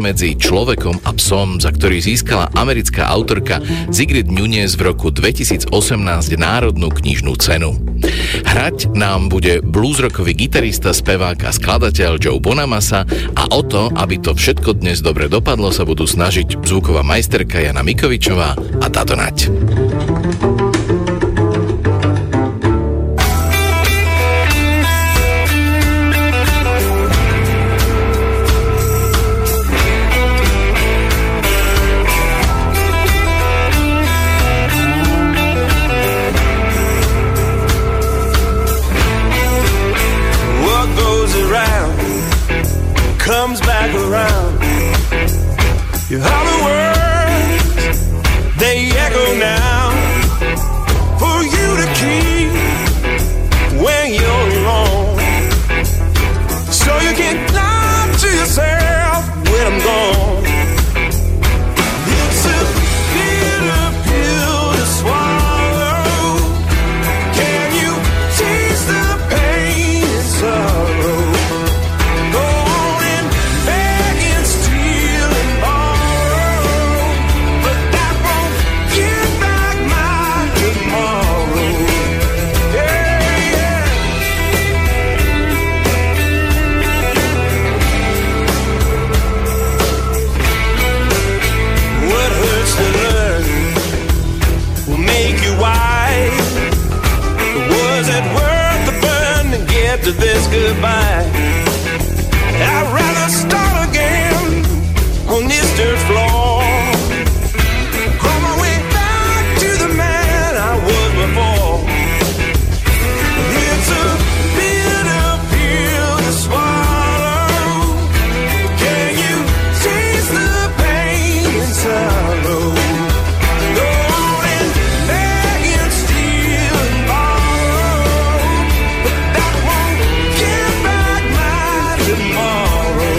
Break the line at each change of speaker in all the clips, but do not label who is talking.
medzi človekom a psom, za ktorý získala americká autorka Sigrid Nunez v roku 2018 Národnú knižnú cenu. Hrať nám bude bluesrockový gitarista, spevák a skladateľ Joe Bonamassa a o to, aby to všetko dnes dobre dopadlo, sa budú snažiť zvuková majsterka Jana Mikovičová a Dado Nať.
Comes back around. Your hollow words, they echo now. For you to keep when you're wrong, so you can lie to yourself when I'm gone. It's a bitter pill to swallow. Can you taste the pain and sorrow? To this goodbye, I'd rather start again on this dirt floor. On my way back to the man I was before. It's a bitter pill to swallow. Can you taste the pain and sorrow? Go on and beg and steal and borrow, but that won't give back my tomorrow.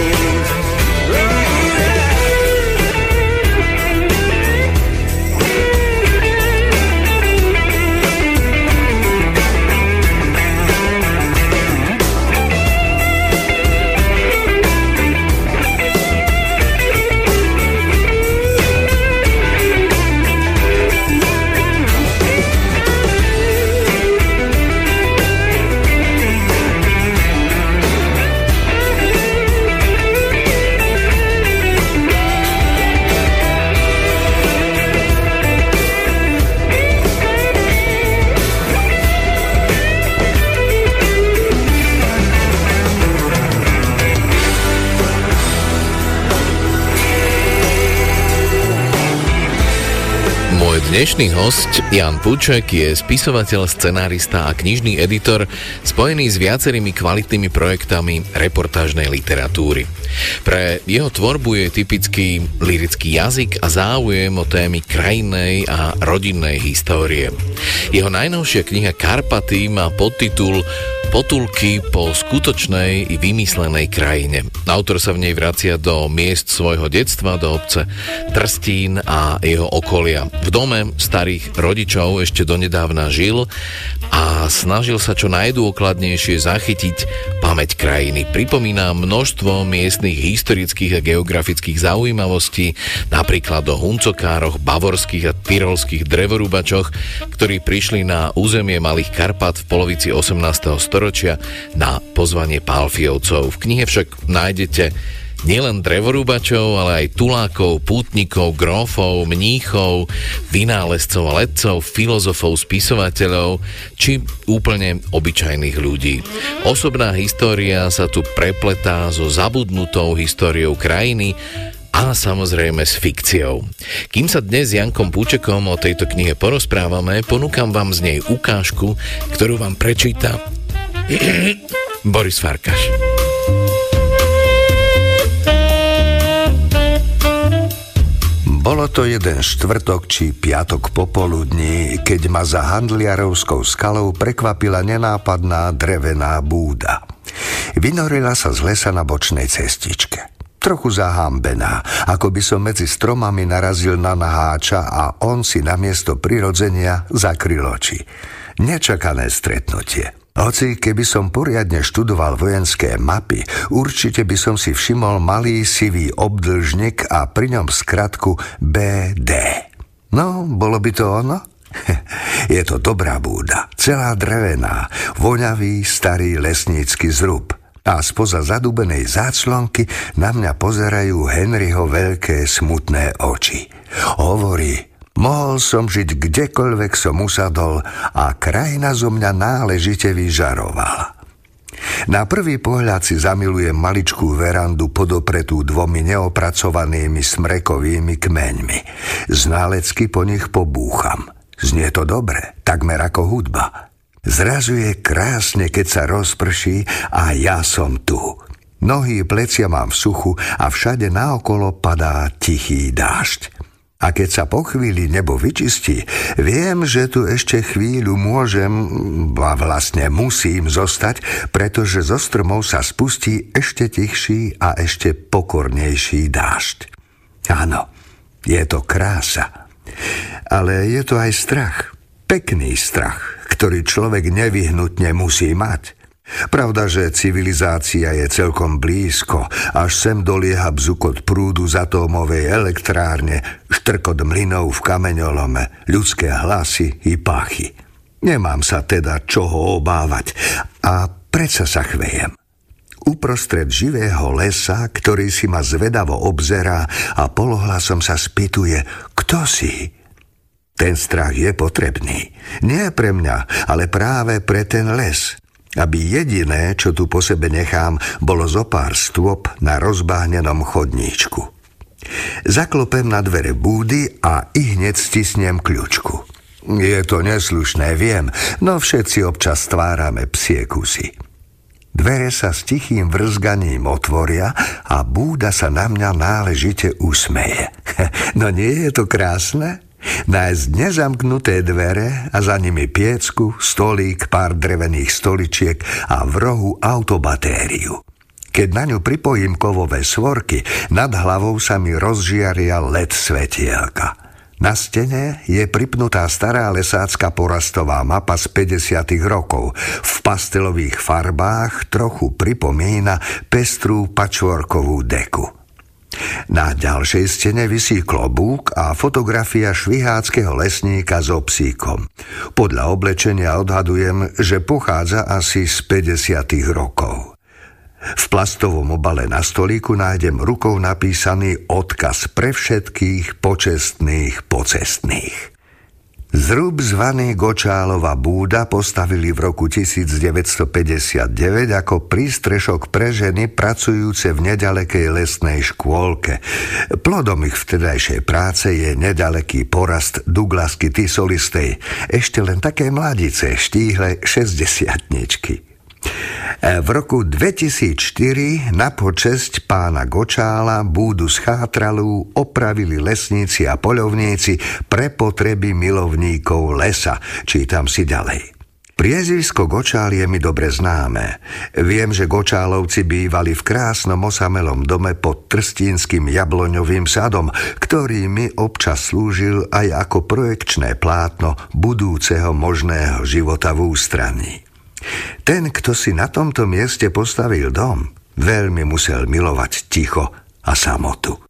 Dnešný hosť Jan Puček je spisovateľ, scenárista a knižný editor spojený s viacerými kvalitnými projektami reportážnej literatúry. Pre jeho tvorbu je typický lyrický jazyk a záujem o témy krajinnej a rodinnej histórie. Jeho najnovšia kniha Karpaty má podtitul Potulky po skutočnej i vymyslenej krajine. Autor sa v nej vracia do miest svojho detstva, do obce Trstín a jeho okolia. V dome starých rodičov ešte donedávna žil a snažil sa čo najdôkladnejšie zachytiť pamäť krajiny. Pripomína množstvo miestnych historických a geografických zaujímavostí, napríklad o huncokároch, bavorských a tyrolských drevorúbačoch, ktorí prišli na územie Malých Karpat v polovici 18. storočia na pozvanie Pálfiovcov. V knihe však nájdete nielen drevorúbačov, ale aj tulákov, pútnikov, grófov, mníchov, vynálezcov a letcov, filozofov, spisovateľov či úplne obyčajných ľudí. Osobná história sa tu prepletá so zabudnutou históriou krajiny a samozrejme s fikciou. Kým sa dnes s Jankom Pučekom o tejto knihe porozprávame, ponúkam vám z nej ukážku, ktorú vám prečíta Boris Farkaš.
Bolo to jeden štvrtok či piatok popoludní, keď ma za handliarovskou skalou prekvapila nenápadná drevená búda. Vynorila sa z lesa na bočnej cestičke. Trochu zahambená, ako by som medzi stromami narazil na naháča a on si namiesto prirodzenia zakryl oči. Nečakané stretnutie. Hoci keby som poriadne študoval vojenské mapy, určite by som si všimol malý sivý obdĺžnik a pri ňom skratku BD. No, bolo by to ono? Je to dobrá búda, celá drevená, voňavý starý lesnícky zrub. A spoza zadubenej záclonky na mňa pozerajú Henryho veľké smutné oči. Hovorí: mohol som žiť kdekoľvek som usadol a krajina zo mňa náležite vyžarovala. Na prvý pohľad si zamilujem maličkú verandu podopretú 2 neopracovanými smrekovými kmeňmi. Ználecky po nich pobúcham. Znie to dobre, takmer ako hudba. Zrazu je krásne, keď sa rozprší a ja som tu. Nohy plecia mám v suchu a všade naokolo padá tichý dážď. A keď sa po chvíli nebo vyčistí, viem, že tu ešte chvíľu môžem, a vlastne musím zostať, pretože zo stromov sa spustí ešte tichší a ešte pokornejší dážď. Áno, je to krása. Ale je to aj strach. Pekný strach, ktorý človek nevyhnutne musí mať. Pravda, že civilizácia je celkom blízko, až sem dolieha bzukot prúdu z atómovej elektrárne, štrkot mlynov v kameňolome, ľudské hlasy i pachy. Nemám sa teda čoho obávať a predsa sa chvejem. Uprostred živého lesa, ktorý si ma zvedavo obzerá a polohlasom sa spýtuje: kto si? Ten strach je potrebný. Nie pre mňa, ale práve pre ten les. Aby jediné, čo tu po sebe nechám, bolo zopár stôp na rozbahnenom chodníčku. Zaklopem na dvere búdy a ihneď stisnem kľúčku. Je to neslušné, viem, no všetci občas stvárame psie kusy. Dvere sa s tichým vrzganím otvoria a búda sa na mňa náležite usmeje. No nie je to krásne? Nájsť nezamknuté dvere a za nimi piecku, stolík, pár drevených stoličiek a v rohu autobatériu. Keď na ňu pripojím kovové svorky, nad hlavou sa mi rozžiaria LED svetielka. Na stene je pripnutá stará lesácka porastová mapa z 50. rokov. V pastelových farbách trochu pripomína pestrú patchworkovú deku. Na ďalšej stene visí klobúk a fotografia šviháckého lesníka so psíkom. Podľa oblečenia odhadujem, že pochádza asi z 50. rokov. V plastovom obale na stolíku nájdem rukou napísaný odkaz pre všetkých počestných pocestných. Zrub zvaný Gočálova búda postavili v roku 1959 ako prístrešok pre ženy pracujúce v nedalekej lesnej škôlke. Plodom ich vtedajšej práce je nedaleký porast Douglasky tisolistej, ešte len také mladice, štíhle 60-tničky. V roku 2004 na počesť pána Gočála búdu schátralú opravili lesníci a poľovníci pre potreby milovníkov lesa. Čítam si ďalej. Priezvisko Gočál je mi dobre známe. Viem, že Gočálovci bývali v krásnom osamelom dome pod Trstínskym jabloňovým sadom, ktorý mi občas slúžil aj ako projekčné plátno budúceho možného života v ústraní. Ten, kto si na tomto mieste postavil dom, veľmi musel milovať ticho a samotu.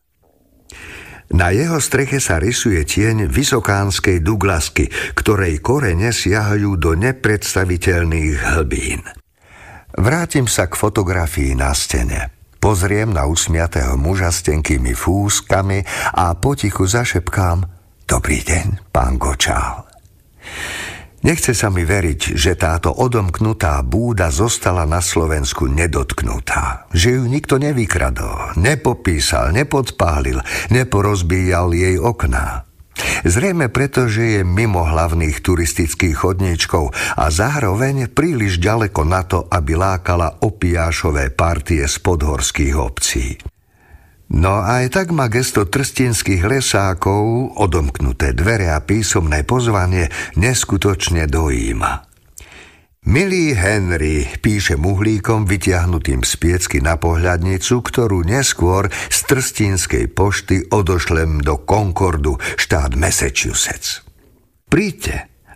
Na jeho streche sa rysuje tieň vysokánskej Douglasky, ktorej korene siahajú do nepredstaviteľných hlbín. Vrátim sa k fotografii na stene. Pozriem na usmiatého muža s tenkými fúskami a potichu zašepkám: dobrý deň, pán Gočál. Nechce sa mi veriť, že táto odomknutá búda zostala na Slovensku nedotknutá. Že ju nikto nevykradol, nepopísal, nepodpálil, neporozbíjal jej okná. Zrejme preto, že je mimo hlavných turistických chodníčkov a zároveň príliš ďaleko na to, aby lákala opiášové partie z podhorských obcí. No aj tak ma gesto trstínskych lesákov, odomknuté dvere a písomné pozvanie neskutočne dojíma. Milý Henry, píše muhlíkom vytiahnutým z piecky na pohľadnicu, ktorú neskôr z trstínskej pošty odošlem do Concordu, štát Massachusetts. Príďte,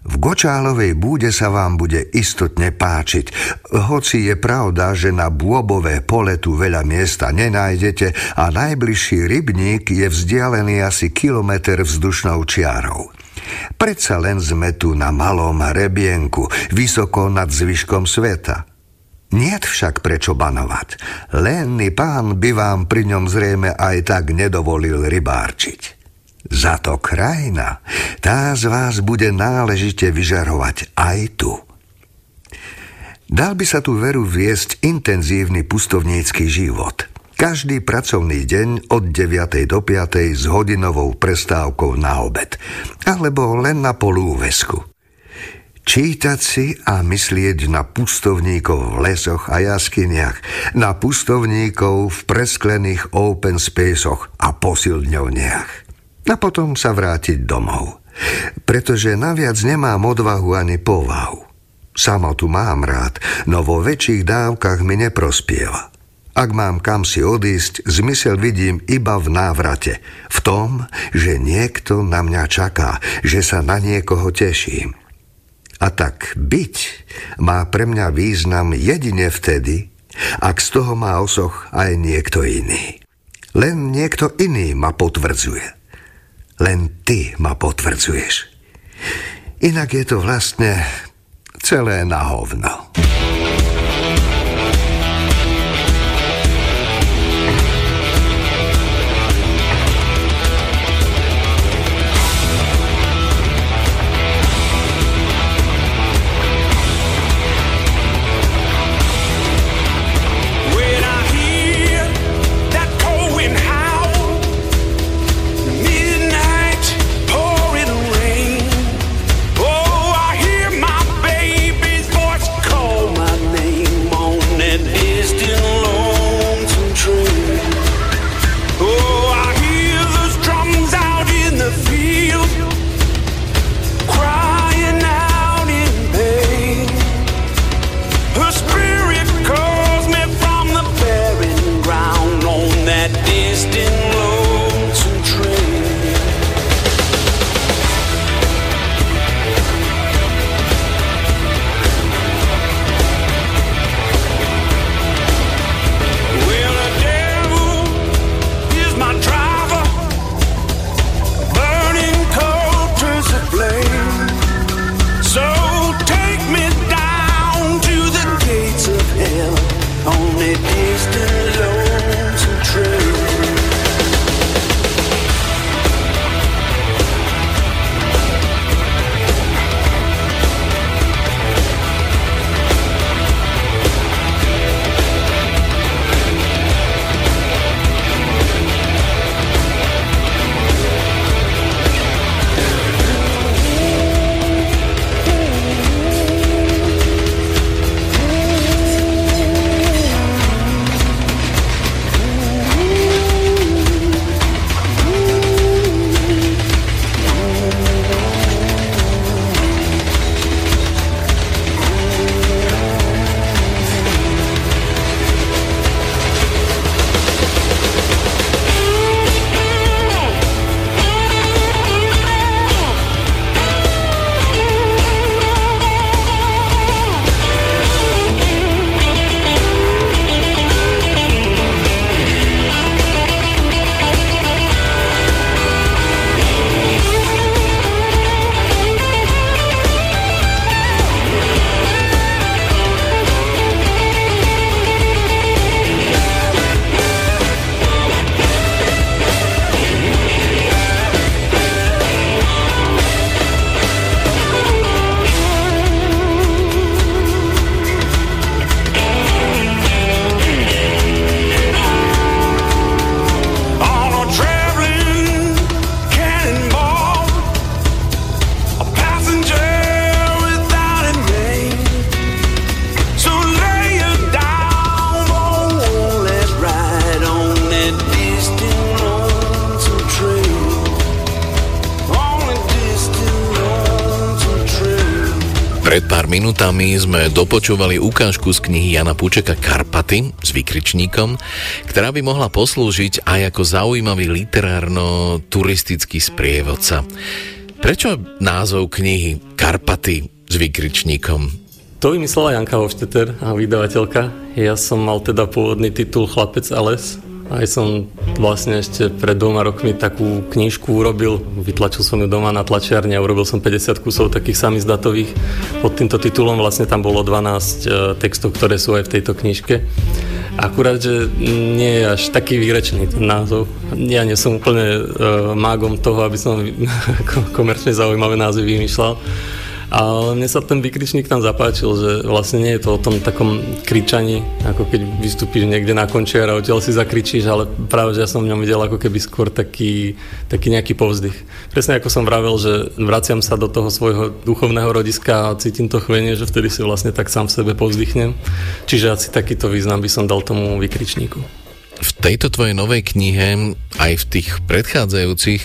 V Gočálovej búde sa vám bude istotne páčiť, hoci je pravda, že na bôbové pole tu veľa miesta nenájdete a najbližší rybník je vzdialený asi kilometr vzdušnou čiarou. Predsa len sme tu na malom hrebienku, vysoko nad zvyškom sveta. Niet však prečo banovať, lenný pán by vám pri ňom zrejme aj tak nedovolil rybárčiť. Za to krajina, tá z vás bude náležite vyžarovať aj tu. Dal by sa tu veru viesť intenzívny pustovnícky život. Každý pracovný deň od 9. do 5. s hodinovou prestávkou na obed, alebo len na polúvesku. Čítať si a myslieť na pustovníkov v lesoch a jaskyniach, na pustovníkov v presklených open spaceoch a posilňovniach. A potom sa vrátiť domov, pretože naviac nemám odvahu ani povahu. Samotu mám rád, no vo väčších dávkach mi neprospieva. Ak mám kam si odísť, zmysel vidím iba v návrate, v tom, že niekto na mňa čaká, že sa na niekoho teším. A tak byť má pre mňa význam jedine vtedy, ak z toho má osoch aj niekto iný. Len niekto iný ma potvrdzuje. Len ty ma potvrdzuješ. Inak je to vlastne celé na hovno.
Pred pár minútami sme dopočúvali ukážku z knihy Jana Pučeka Karpaty s vykričníkom, ktorá by mohla poslúžiť aj ako zaujímavý literárno-turistický sprievodca. Prečo názov knihy Karpaty s výkričníkom?
To vymyslela Janka Hofstetter, vydavateľka. Ja som mal teda pôvodný titul Chlapec a les. Aj som vlastne ešte pred 2 rokmi takú knižku urobil. Vytlačil som ju doma na tlačiarni a urobil som 50 kusov takých samizdatových. Pod týmto titulom vlastne tam bolo 12 textov, ktoré sú aj v tejto knižke. Akurát, že nie je až taký výrečný ten názov. Ja nie som úplne mágom toho, aby som komerčne zaujímavé názvy vymýšľal. Ale mne sa ten výkričník tam zapáčil, že vlastne nie je to o tom takom kričaní, ako keď vystúpiš niekde na končiar a odtiaľ si zakričíš, ale práve, že ja som v ňom videl ako keby skôr taký nejaký povzdych. Presne ako som vravel, že vraciam sa do toho svojho duchovného rodiska a cítim to chvenie, že vtedy si vlastne tak sám v sebe povzdychnem. Čiže asi takýto význam by som dal tomu výkričníku.
V tejto tvojej novej knihe, aj v tých predchádzajúcich,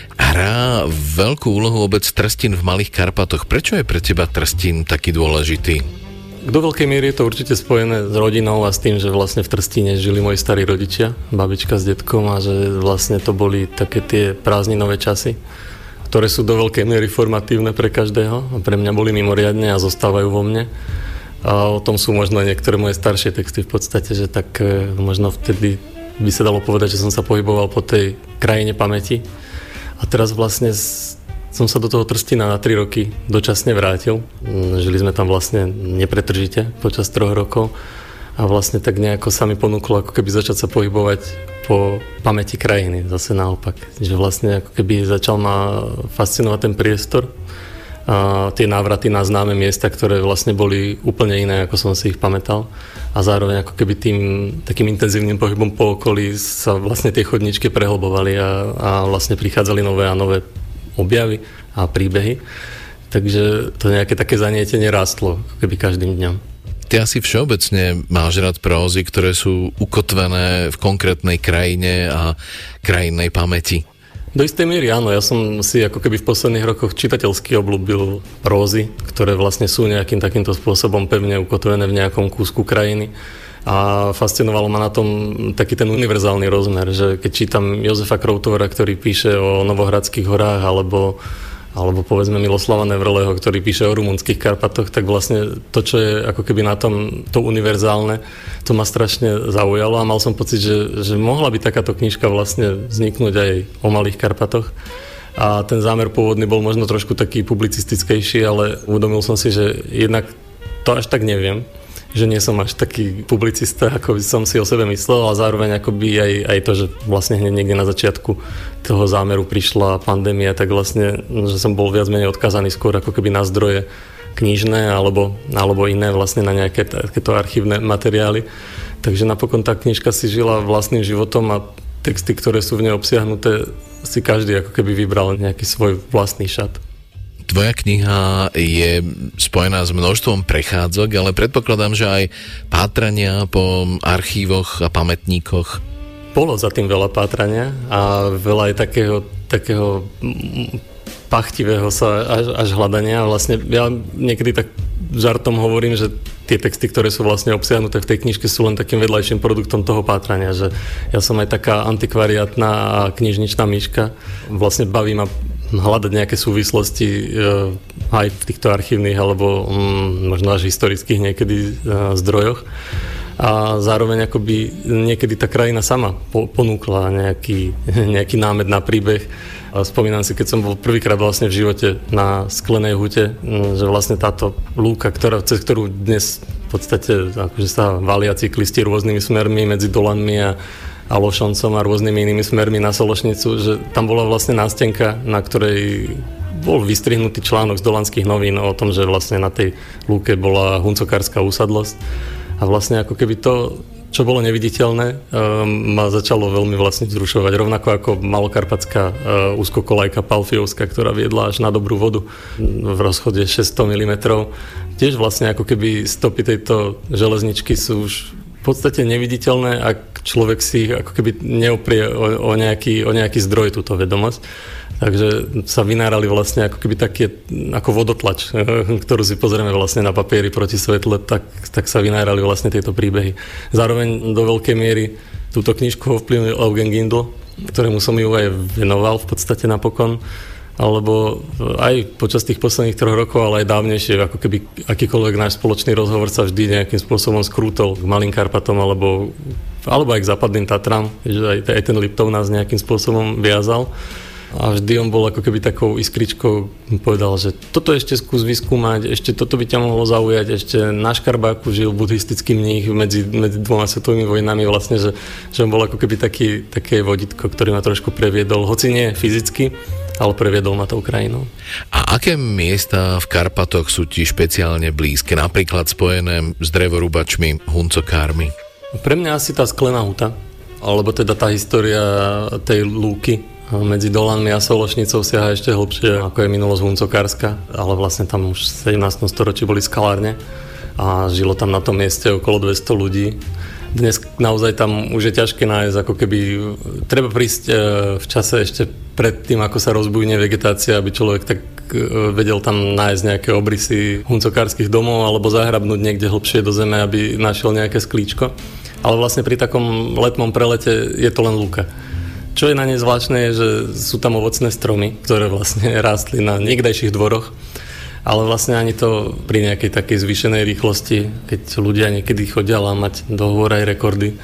hrá veľkú úlohu obec Trstín v Malých Karpatoch. Prečo je pre teba Trstín taký dôležitý?
Do veľkej miery je to určite spojené s rodinou a s tým, že vlastne v Trstíne žili moji starí rodičia, babička s detkom, a že vlastne to boli také tie prázdninové časy, ktoré sú do veľkej miery formatívne pre každého a pre mňa boli mimoriadne a zostávajú vo mne. A o tom sú možno niektoré moje staršie texty v podstate, že tak možno vtedy by sa dalo povedať, že som sa pohyboval po tej krajine pamäti. A teraz vlastne som sa do toho Trstína na 3 roky dočasne vrátil. Žili sme tam vlastne nepretržite počas 3 rokov a vlastne tak nejako sa mi ponúklo ako keby začať sa pohybovať po pamäti krajiny, zase naopak. Že vlastne ako keby začal ma fascinovať ten priestor. A tie návraty na známe miesta, ktoré vlastne boli úplne iné, ako som si ich pamätal. A zároveň ako keby tým takým intenzívnym pohybom po okolí sa vlastne tie chodničky prehlbovali a vlastne prichádzali nové a nové objavy a príbehy. Takže to nejaké také zanietenie rástlo, ako keby každým dňom.
Ty asi všeobecne máš rád prózy, ktoré sú ukotvené v konkrétnej krajine a krajinnej pamäti.
Do istej miery áno, ja som si ako keby v posledných rokoch čitateľsky obľúbil prózy, ktoré vlastne sú nejakým takýmto spôsobom pevne ukotvené v nejakom kúsku krajiny. A fascinovalo ma na tom taký ten univerzálny rozmer, že keď čítam Jozefa Krautovera, ktorý píše o Novohradských horách, alebo povedzme Miloslava Nevrleho, ktorý píše o rumunských Karpatoch, tak vlastne to, čo je ako keby na tom to univerzálne, to ma strašne zaujalo a mal som pocit, že mohla by takáto knižka vlastne vzniknúť aj o Malých Karpatoch. A ten zámer pôvodný bol možno trošku taký publicistickejší, ale uvedomil som si, že jednak to až tak neviem, že nie som až taký publicista, ako som si o sebe myslel, a zároveň akoby aj to, že vlastne hneď niekde na začiatku toho zámeru prišla pandémia, tak vlastne, že som bol viac menej odkazaný skôr ako keby na zdroje knižné alebo iné vlastne na nejaké takéto archívne materiály. Takže napokon tá knižka si žila vlastným životom a texty, ktoré sú v nej obsiahnuté, si každý ako keby vybral nejaký svoj vlastný šat.
Tvoja kniha je spojená s množstvom prechádzok, ale predpokladám, že aj pátrania po archívoch a pamätníkoch.
Bolo za tým veľa pátrania a veľa aj takého pachtivého sa až hľadania. Vlastne ja niekedy tak žartom hovorím, že tie texty, ktoré sú vlastne obsiahnuté v tej knižke, sú len takým vedľajším produktom toho pátrania, že ja som aj taká antikvariátna a knižničná myška. Vlastne baví ma hľadať nejaké súvislosti aj v týchto archívnych alebo možno až historických niekedy zdrojoch. A zároveň akoby niekedy tá krajina sama ponúkla nejaký námed na príbeh. A spomínam si, keď som bol prvýkrát vlastne v živote na Sklenej hute, že vlastne táto lúka, cez ktorú dnes v podstate akože sa valia cyklisti rôznymi smermi medzi Dolanmi a Lošoncom a rôznymi inými smermi na Sološnicu, že tam bola vlastne nástenka, na ktorej bol vystrihnutý článok z Dolanských novín o tom, že vlastne na tej lúke bola huncokárska úsadlosť. A vlastne ako keby to, čo bolo neviditeľné, ma začalo veľmi vlastne vzrušovať. Rovnako ako malokarpatská úzkokolajka Palfiovská, ktorá viedla až na Dobrú vodu v rozchode 600 mm. Tiež vlastne ako keby stopy tejto železničky sú už v podstate neviditeľné, ak človek si ako keby neoprie o nejaký zdroj túto vedomosť. Takže sa vynárali vlastne ako keby také ako vodotlač, ktorú si pozrieme vlastne na papieri proti svetle, tak sa vynárali vlastne tieto príbehy. Zároveň do veľkej miery túto knižku ovplyvnil Eugen Gindl, ktorému som ju aj venoval v podstate napokon. alebo aj počas tých posledných 3 rokov, ale aj dávnejšie, ako keby akýkoľvek náš spoločný rozhovor sa vždy nejakým spôsobom skrútol k Malým Karpatom alebo aj k západným Tatram, že aj ten Liptov nás nejakým spôsobom viazal. A vždy on bol ako keby takou iskričkou, povedal, že toto ešte skús vyskúmať, ešte toto by ťa mohlo zaujať, ešte na Škarbáku žil buddhistický mních medzi 2 svetovými vojnami vlastne, že on bol ako keby také vodítko, ktorý ma trošku previedol, hoci nie fyzicky, ale previedol ma tou krajinou.
A aké miesta v Karpatoch sú ti špeciálne blízke, napríklad spojené s drevorúbačmi, huncokármi?
Pre mňa asi tá Sklená huta, alebo teda tá história tej lúky medzi Dolanmi a Sološnicou siaha ešte hlbšie, ako je minulosť huncokárska, ale vlastne tam už v 17. storočí boli skalárne a žilo tam na tom mieste okolo 200 ľudí. Dnes naozaj tam už je ťažké nájsť, ako keby treba prísť v čase ešte pred tým, ako sa rozbujne vegetácia, aby človek tak vedel tam nájsť nejaké obrysy huncokárskych domov alebo zahrabnúť niekde hlbšie do zeme, aby našiel nejaké sklíčko. Ale vlastne pri takom letmom prelete je to len lúka. Čo je na nej zvláštne je, že sú tam ovocné stromy, ktoré vlastne rástli na niekdajších dvoroch, ale vlastne ani to pri nejakej takej zvýšenej rýchlosti, keď ľudia niekedy chodia lámať do hôr aj rekordy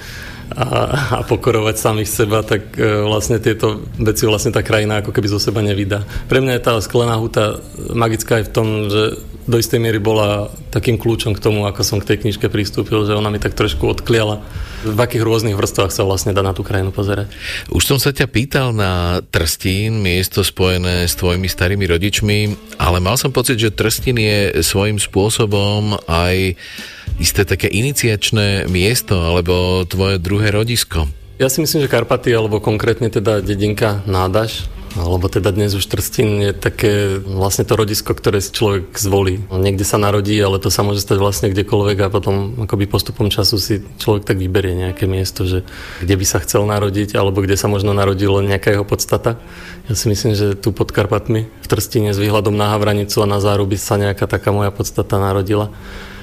a pokorovať samých seba, tak vlastne tieto veci vlastne tá krajina ako keby zo seba nevydá. Pre mňa je tá Sklená huta magická aj v tom, že do istej miery bola takým kľúčom k tomu, ako som k tej knižke pristúpil, že ona mi tak trošku odkliala, v akých rôznych vrstvách sa vlastne dá na tú krajinu pozerať.
Už som sa ťa pýtal na Trstín, miesto spojené s tvojimi starými rodičmi, ale mal som pocit, že Trstín je svojím spôsobom aj isté také iniciačné miesto, alebo tvoje druhé rodisko.
Ja si myslím, že Karpaty, alebo konkrétne teda dedinka Nádaž, alebo teda dnes už Trstín je také vlastne to rodisko, ktoré si človek zvolí. Niekde sa narodí, ale to sa môže stať vlastne kdekoľvek a potom akoby postupom času si človek tak vyberie nejaké miesto, že kde by sa chcel narodiť, alebo kde sa možno narodilo nejaká jeho podstata. Ja si myslím, že tu pod Karpatmi v Trstíne s výhľadom na Havranicu a na Záruby sa nejaká taká moja podstata narodila.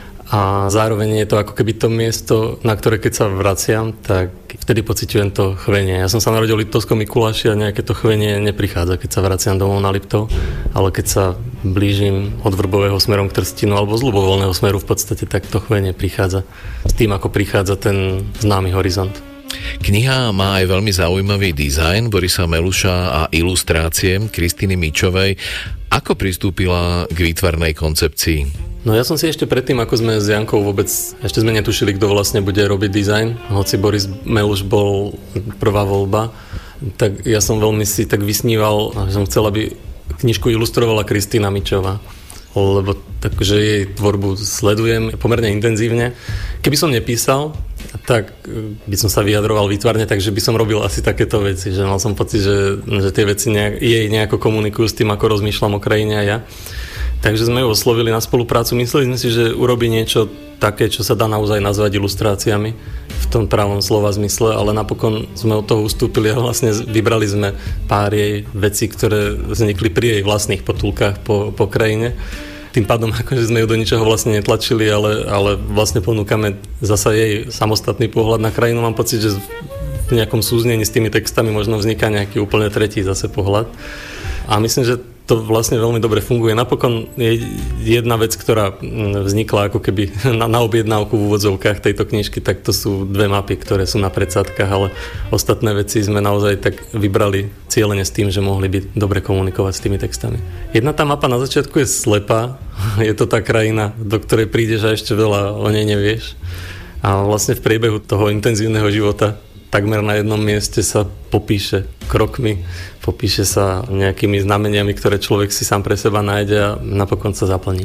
A zároveň je to ako keby to miesto, na ktoré keď sa vraciam, tak vtedy pociťujem to chvenie. Ja som sa narodil v Liptovskom Mikuláši a nejaké to chvenie neprichádza, keď sa vraciam domov na Liptov, ale keď sa blížim od Vrbového smerom k Trstínu alebo z ľubovoľného smeru v podstate, tak to chvenie prichádza s tým, ako prichádza ten známy horizont.
Kniha má aj veľmi zaujímavý dizajn Borisa Meluša a ilustrácie Kristiny Mičovej. Ako pristúpila k výtvarnej koncepcii?
No ja som si ešte predtým, ako sme s Jankou ešte sme netušili, kto vlastne bude robiť dizajn, hoci Boris Meluš bol prvá voľba, tak ja som veľmi si tak vysníval, že som chcel, aby knižku ilustrovala Kristýna Mičová, lebo takže jej tvorbu sledujem pomerne intenzívne. Keby som nepísal, tak by som sa vyjadroval výtvarne, takže by som robil asi takéto veci, že mal som pocit, že tie veci jej nejako komunikujú s tým, ako rozmýšľam o krajine a ja. Takže sme ju oslovili na spoluprácu. Mysleli sme si, že urobí niečo také, čo sa dá naozaj nazvať ilustráciami v tom pravom slova zmysle, ale napokon sme od toho ustúpili a vlastne vybrali sme pár jej vecí, ktoré vznikli pri jej vlastných potulkách po krajine. Tým pádom akože sme ju do ničoho vlastne netlačili, ale vlastne ponúkame zasa jej samostatný pohľad na krajinu. Mám pocit, že v nejakom súznení s tými textami možno vzniká nejaký úplne tretí zase pohľad. A myslím, že to vlastne veľmi dobre funguje. Napokon je jedna vec, ktorá vznikla ako keby na objednávku v úvodzovkách tejto knižky, tak to sú 2 mapy, ktoré sú na predsádkach, ale ostatné veci sme naozaj tak vybrali cieľene s tým, že mohli byť dobre komunikovať s tými textami. Jedna tá mapa na začiatku je slepá, je to tá krajina, do ktorej prídeš a ešte veľa o nej nevieš. A vlastne v priebehu toho intenzívneho života takmer na jednom mieste sa popíše krokmi, popíše sa nejakými znameniami, ktoré človek si sám pre seba nájde a napokon sa zaplní.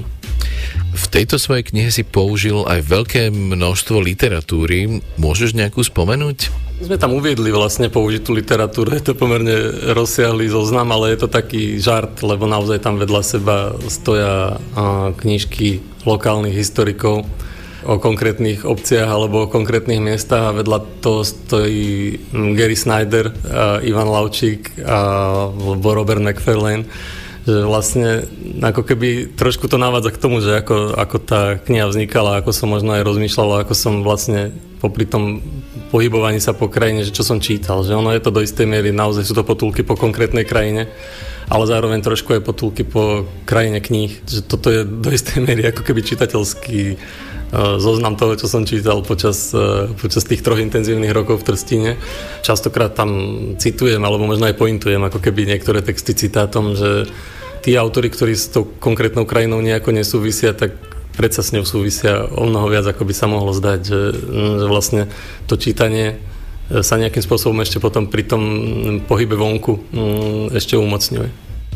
V tejto svojej knihe si použil aj veľké množstvo literatúry. Môžeš nejakú spomenúť?
My sme tam uviedli vlastne použitú literatúru, je to pomerne rozsiahlý zoznam, ale je to taký žart, lebo naozaj tam vedľa seba stoja knižky lokálnych historikov o konkrétnych obciach alebo o konkrétnych miestach a vedľa toho stojí Gary Snyder, Ivan Laučík alebo Robert McFarlane, že vlastne ako keby trošku to navádza k tomu, že ako tá kniha vznikala, ako som možno aj rozmýšľal, ako som vlastne popri tom pohybovaní sa po krajine, že čo som čítal, že ono je to do istej miery, naozaj sú to potulky po konkrétnej krajine, ale zároveň trošku aj potulky po krajine kníh, že toto je do istej miery ako keby čitateľský zoznam toho, čo som čítal počas tých 3 intenzívnych rokov v Trstine. Častokrát tam citujem, alebo možno aj pointujem ako keby niektoré texty citátom, že tí autori, ktorí s tou konkrétnou krajinou nejako nesúvisia, tak predsa s ňou súvisia o mnoho viac, ako by sa mohlo zdať, že vlastne to čítanie sa nejakým spôsobom ešte potom pri tom pohybe vonku ešte umocňuje.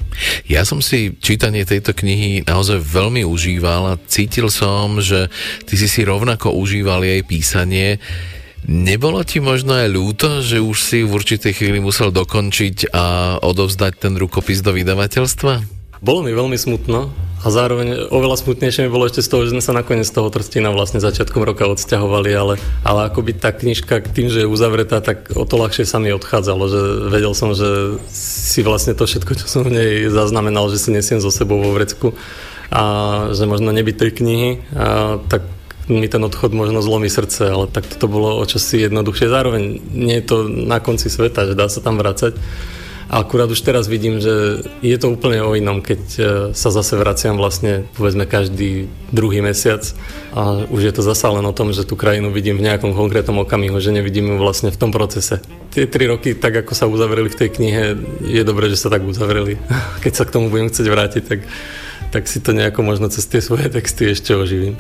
Ja som si čítanie tejto knihy naozaj veľmi užíval a cítil som, že ty si rovnako užíval jej písanie. Nebolo ti možno aj ľúto, že už si v určitej chvíli musel dokončiť a odovzdať ten rukopis do vydavateľstva?
Bolo mi veľmi smutno a zároveň oveľa smutnejšie mi bolo ešte z toho, že sme sa nakoniec z toho Trstina vlastne začiatkom roka odsťahovali, ale akoby tá knižka tým, že je uzavretá, tak o to ľahšie sa mi odchádzalo, že vedel som, že si vlastne to všetko, čo som v nej zaznamenal, že si nesiem so sebou vo vrecku a že možno nebyť 3 knihy, tak mi ten odchod možno zlomí srdce, ale tak to bolo o čosi jednoduchšie. Zároveň nie je to na konci sveta, že dá sa tam vracať. A akurát už teraz vidím, že je to úplne o inom, keď sa zase vraciam vlastne, povedzme, každý druhý mesiac a už je to zase len o tom, že tú krajinu vidím v nejakom konkrétnom okamihu, že nevidím ju vlastne v tom procese. Tie 3 roky, tak ako sa uzavreli v tej knihe, je dobré, že sa tak uzavreli. Keď sa k tomu budem chcieť vrátiť, tak si to nejako možno cez tie svoje texty ešte oživím.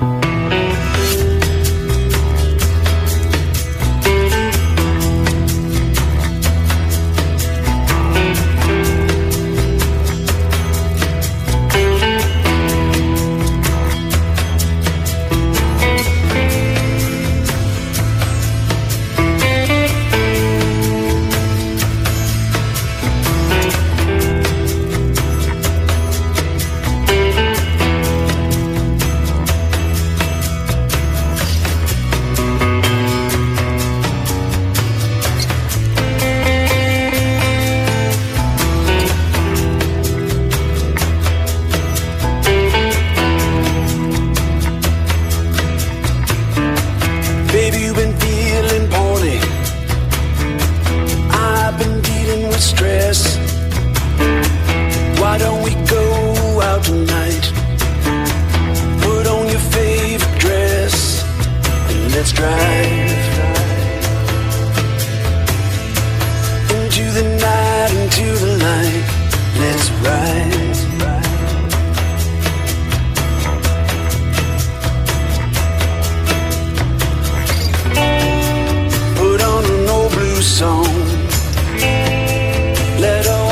Let all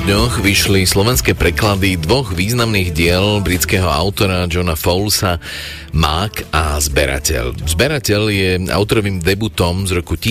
dňoch vyšli slovenské preklady dvoch významných diel britského autora Johna Fowlesa, Mák a Zberateľ. Zberateľ je autorovým debutom z roku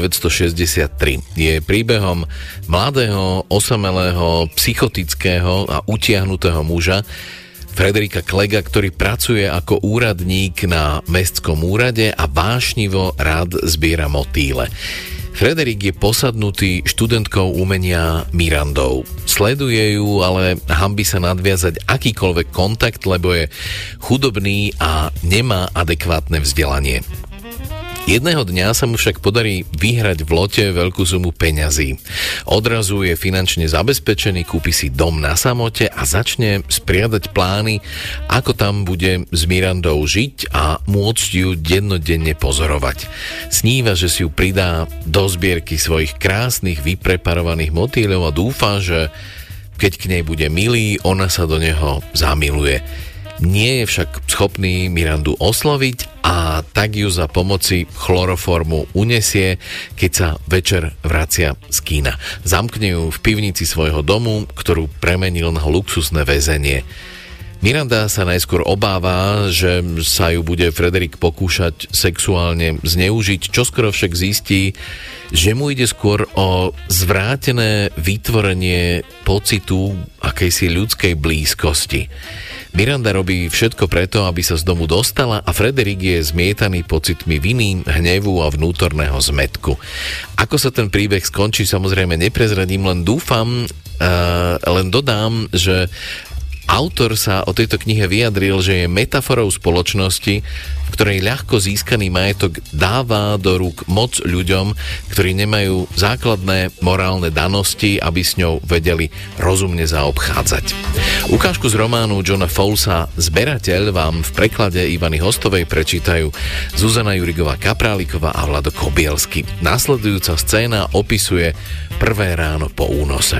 1963. Je príbehom mladého, osamelého, psychotického a utiahnutého muža Frederika Klega, ktorý pracuje ako úradník na mestskom úrade a vášnivo rád zbiera motýle. Frederik je posadnutý študentkou umenia Mirandou. Sleduje ju, ale hanbí sa nadviazať akýkoľvek kontakt, lebo je chudobný a nemá adekvátne vzdelanie. Jedného dňa sa mu však podarí vyhrať v lote veľkú sumu peňazí. Odrazu je finančne zabezpečený, kúpi si dom na samote a začne spriadať plány, ako tam bude s Mirandou žiť a môcť ju dennodenne pozorovať. Sníva, že si ju pridá do zbierky svojich krásnych vypreparovaných motýľov a dúfa, že keď k nej bude milý, ona sa do neho zamiluje. Nie je však schopný Mirandu osloviť a tak ju za pomoci chloroformu unesie, keď sa večer vracia z kína. Zamkne ju v pivnici svojho domu, ktorú premenil na luxusné väzenie. Miranda sa najskôr obáva, že sa ju bude Frederik pokúšať sexuálne zneužiť, čoskoro však zistí, že mu ide skôr o zvrátené vytvorenie pocitu akejsi ľudskej blízkosti. Miranda robí všetko preto, aby sa z domu dostala a Frederik je zmietaný pocitmi viny, hnevu a vnútorného zmätku. Ako sa ten príbeh skončí, samozrejme neprezradím, len dúfam, len dodám, že autor sa o tejto knihe vyjadril, že je metaforou spoločnosti, v ktorej ľahko získaný majetok dáva do rúk moc ľuďom, ktorí nemajú základné morálne danosti, aby s ňou vedeli rozumne zaobchádzať. Ukážku z románu Johna Fowlesa Zberateľ vám v preklade Ivany Hostovej prečítajú Zuzana Jurigová-Kapráliková a Vlado Kobielsky. Nasledujúca scéna opisuje prvé ráno po únose.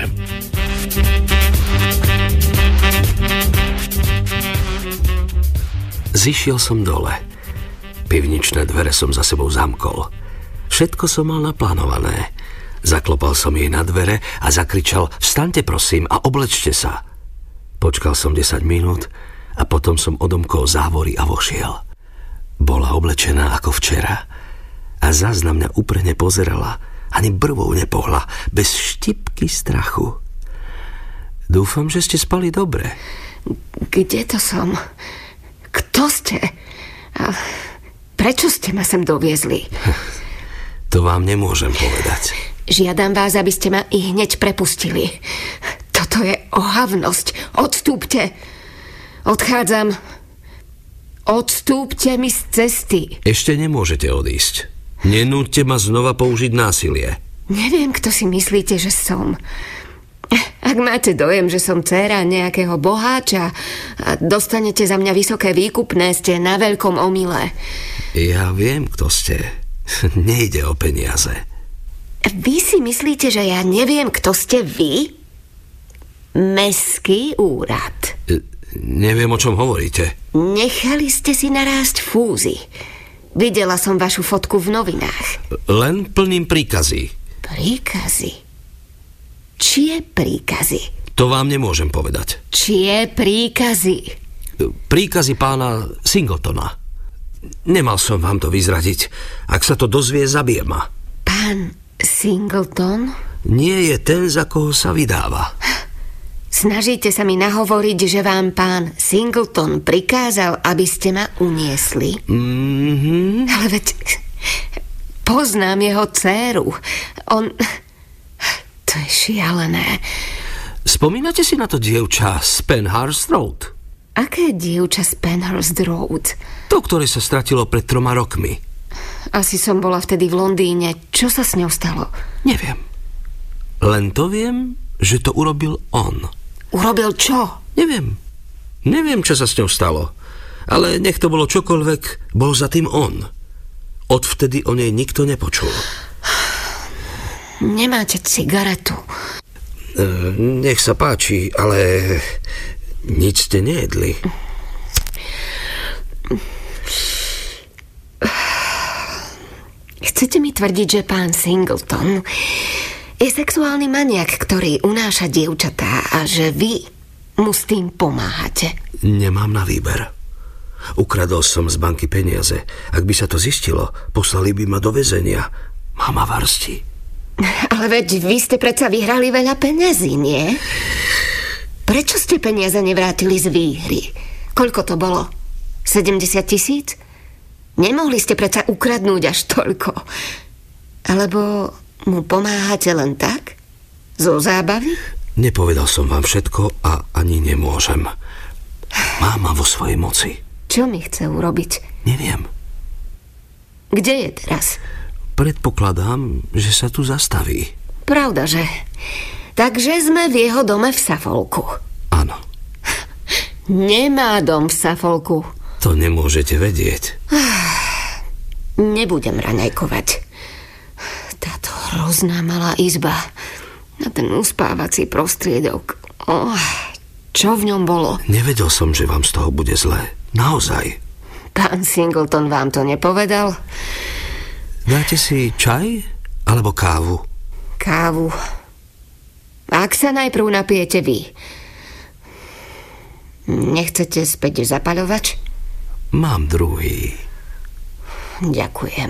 Zišiel som dole. Pivničné dvere som za sebou zamkol. Všetko som mal naplánované. Zaklopal som jej na dvere a zakričal: "Vstaňte prosím a oblečte sa." Počkal som 10 minút a potom som odomkol závory a vošiel. Bola oblečená ako včera a zas na mňa úprene pozerala, ani brvou nepohla, bez štipky strachu. Dúfam, že ste spali dobre.
Kde to som? Kto ste? A prečo ste ma sem doviezli?
To vám nemôžem povedať.
Žiadam vás, aby ste ma i hneď prepustili. Toto je ohavnosť. Odstúpte. Odchádzam. Odstúpte mi z cesty.
Ešte nemôžete odísť. Nenúďte ma znova použiť násilie.
Neviem, kto si myslíte, že som. Ak máte dojem, že som dcéra nejakého boháča a dostanete za mňa vysoké výkupné, ste na veľkom omyle.
Ja viem, kto ste. Nejde o peniaze.
Vy si myslíte, že ja neviem, kto ste vy? Mestský úrad.
Neviem, o čom hovoríte.
Nechali ste si narásť fúzy. Videla som vašu fotku v novinách.
Len plním príkazy.
Príkazy? Čie príkazy?
To vám nemôžem povedať.
Čie príkazy?
Príkazy pána Singletona. Nemal som vám to vyzradiť. Ak sa to dozvie, zabije ma.
Pán Singleton?
Nie je ten, za koho sa vydáva.
Snažíte sa mi nahovoriť, že vám pán Singleton prikázal, aby ste ma uniesli? Ale veď poznám jeho dcéru. To je šialené.
Spomínate si na to dievča z Penhurst Road?
Aké dievča z Penhurst Road?
To, ktoré sa stratilo pred 3 rokmi.
Asi som bola vtedy v Londýne. Čo sa s ňou stalo?
Neviem. Len to viem, že to urobil on.
Urobil čo?
Neviem. Neviem, čo sa s ňou stalo. Ale nech to bolo čokoľvek, bol za tým on. Odvtedy o nej nikto nepočul.
Nemáte cigaretu?
Nech sa páči, ale nič ste nejedli.
Chcete mi tvrdiť, že pán Singleton Je sexuálny maniak, ktorý unáša dievčatá a že vy mu s tým pomáhate.
Nemám na výber. Ukradol som z banky peniaze. Ak by sa to zistilo, poslali by ma do väzenia. Mama varsti.
Ale veď vy ste predsa vyhrali veľa peniazí, nie? Prečo ste peniaze nevrátili z výhry? Koľko to bolo? 70 000? Nemohli ste predsa ukradnúť až toľko. Alebo mu pomáhate len tak? Zo zábavy?
Nepovedal som vám všetko a ani nemôžem. Mám ma vo svojej moci.
Čo mi chce urobiť?
Neviem.
Kde je teraz?
Predpokladám, že sa tu zastaví.
Pravda, že? Takže sme v jeho dome v Suffolku.
Áno.
Nemá dom v Suffolku.
To nemôžete vedieť.
Nebudem raňajkovať. Táto hrozná malá izba na ten uspávací prostriedok. Čo v ňom bolo?
Nevedel som, že vám z toho bude zlé. Naozaj.
Pán Singleton vám to nepovedal?
Dáte si čaj alebo kávu?
Kávu. Ak sa najprv napijete vy. Nechcete späť zapaľovač?
Mám druhý.
Ďakujem.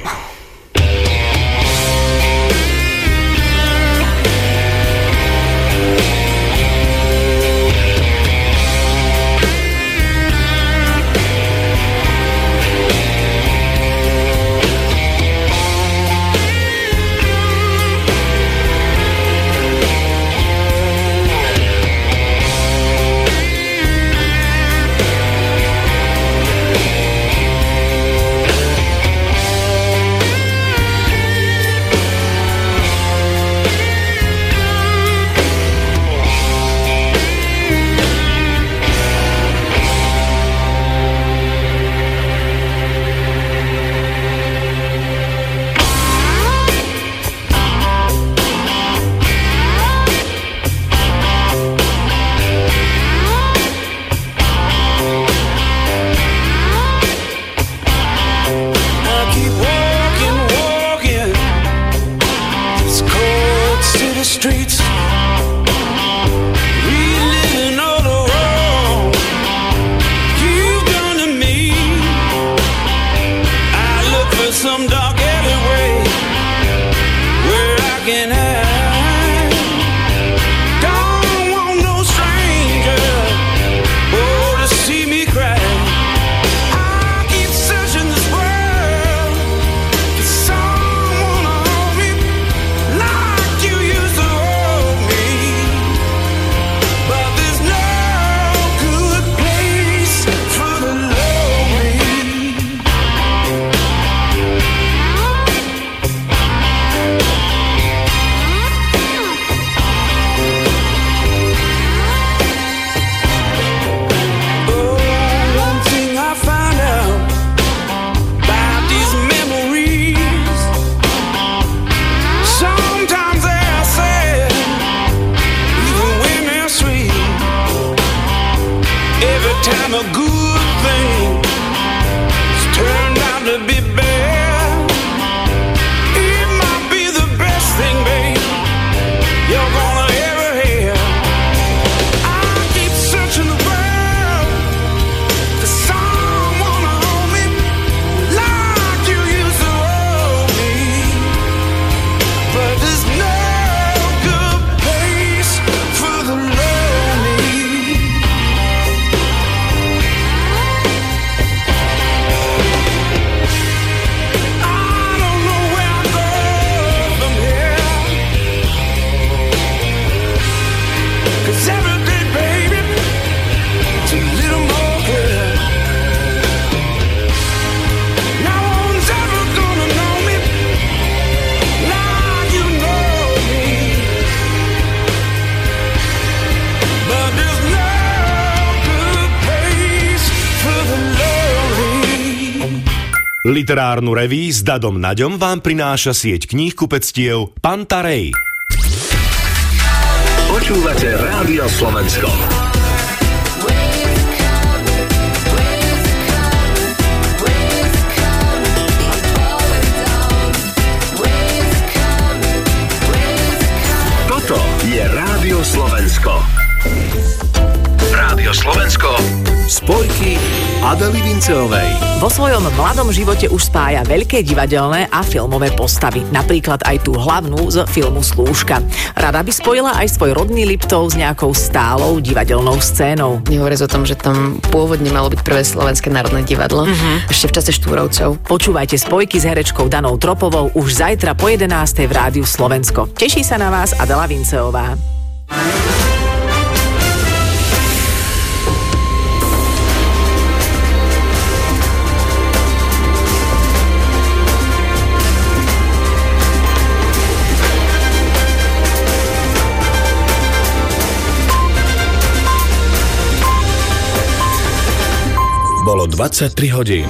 Literárnu reví s Dadom Naďom vám prináša sieť kníhkupectiev Pantarej.
Počúvate Rádio Slovensko. Spomienky Adely Vinceovej.
Vo svojom mladom živote už spája veľké divadelné a filmové postavy. Napríklad aj tú hlavnú z filmu Slúžka. Rada by spojila aj svoj rodný Liptov s nejakou stálou divadelnou scénou.
Nehovoriac o tom, že tam pôvodne malo byť prvé Slovenské národné divadlo. Ešte v čase Štúrovcov.
Počúvajte spojky s herečkou Danou Tropovou už zajtra po 11. v Rádiu Slovensko. Teší sa na vás Adela Vinceová.
Bolo 23 hodín.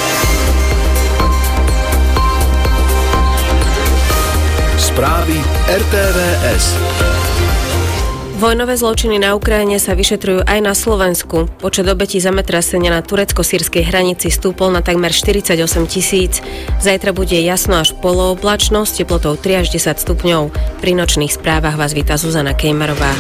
Správy RTVS.
Vojnové zločiny na Ukrajine sa vyšetrujú aj na Slovensku. Počet obetí zemetrasenia na turecko-sýrskej hranici stúpol na takmer 48 000. Zajtra bude jasno až polooblačno s teplotou 3 až 10 stupňov. Pri nočných správach vás víta Zuzana Kejmarová.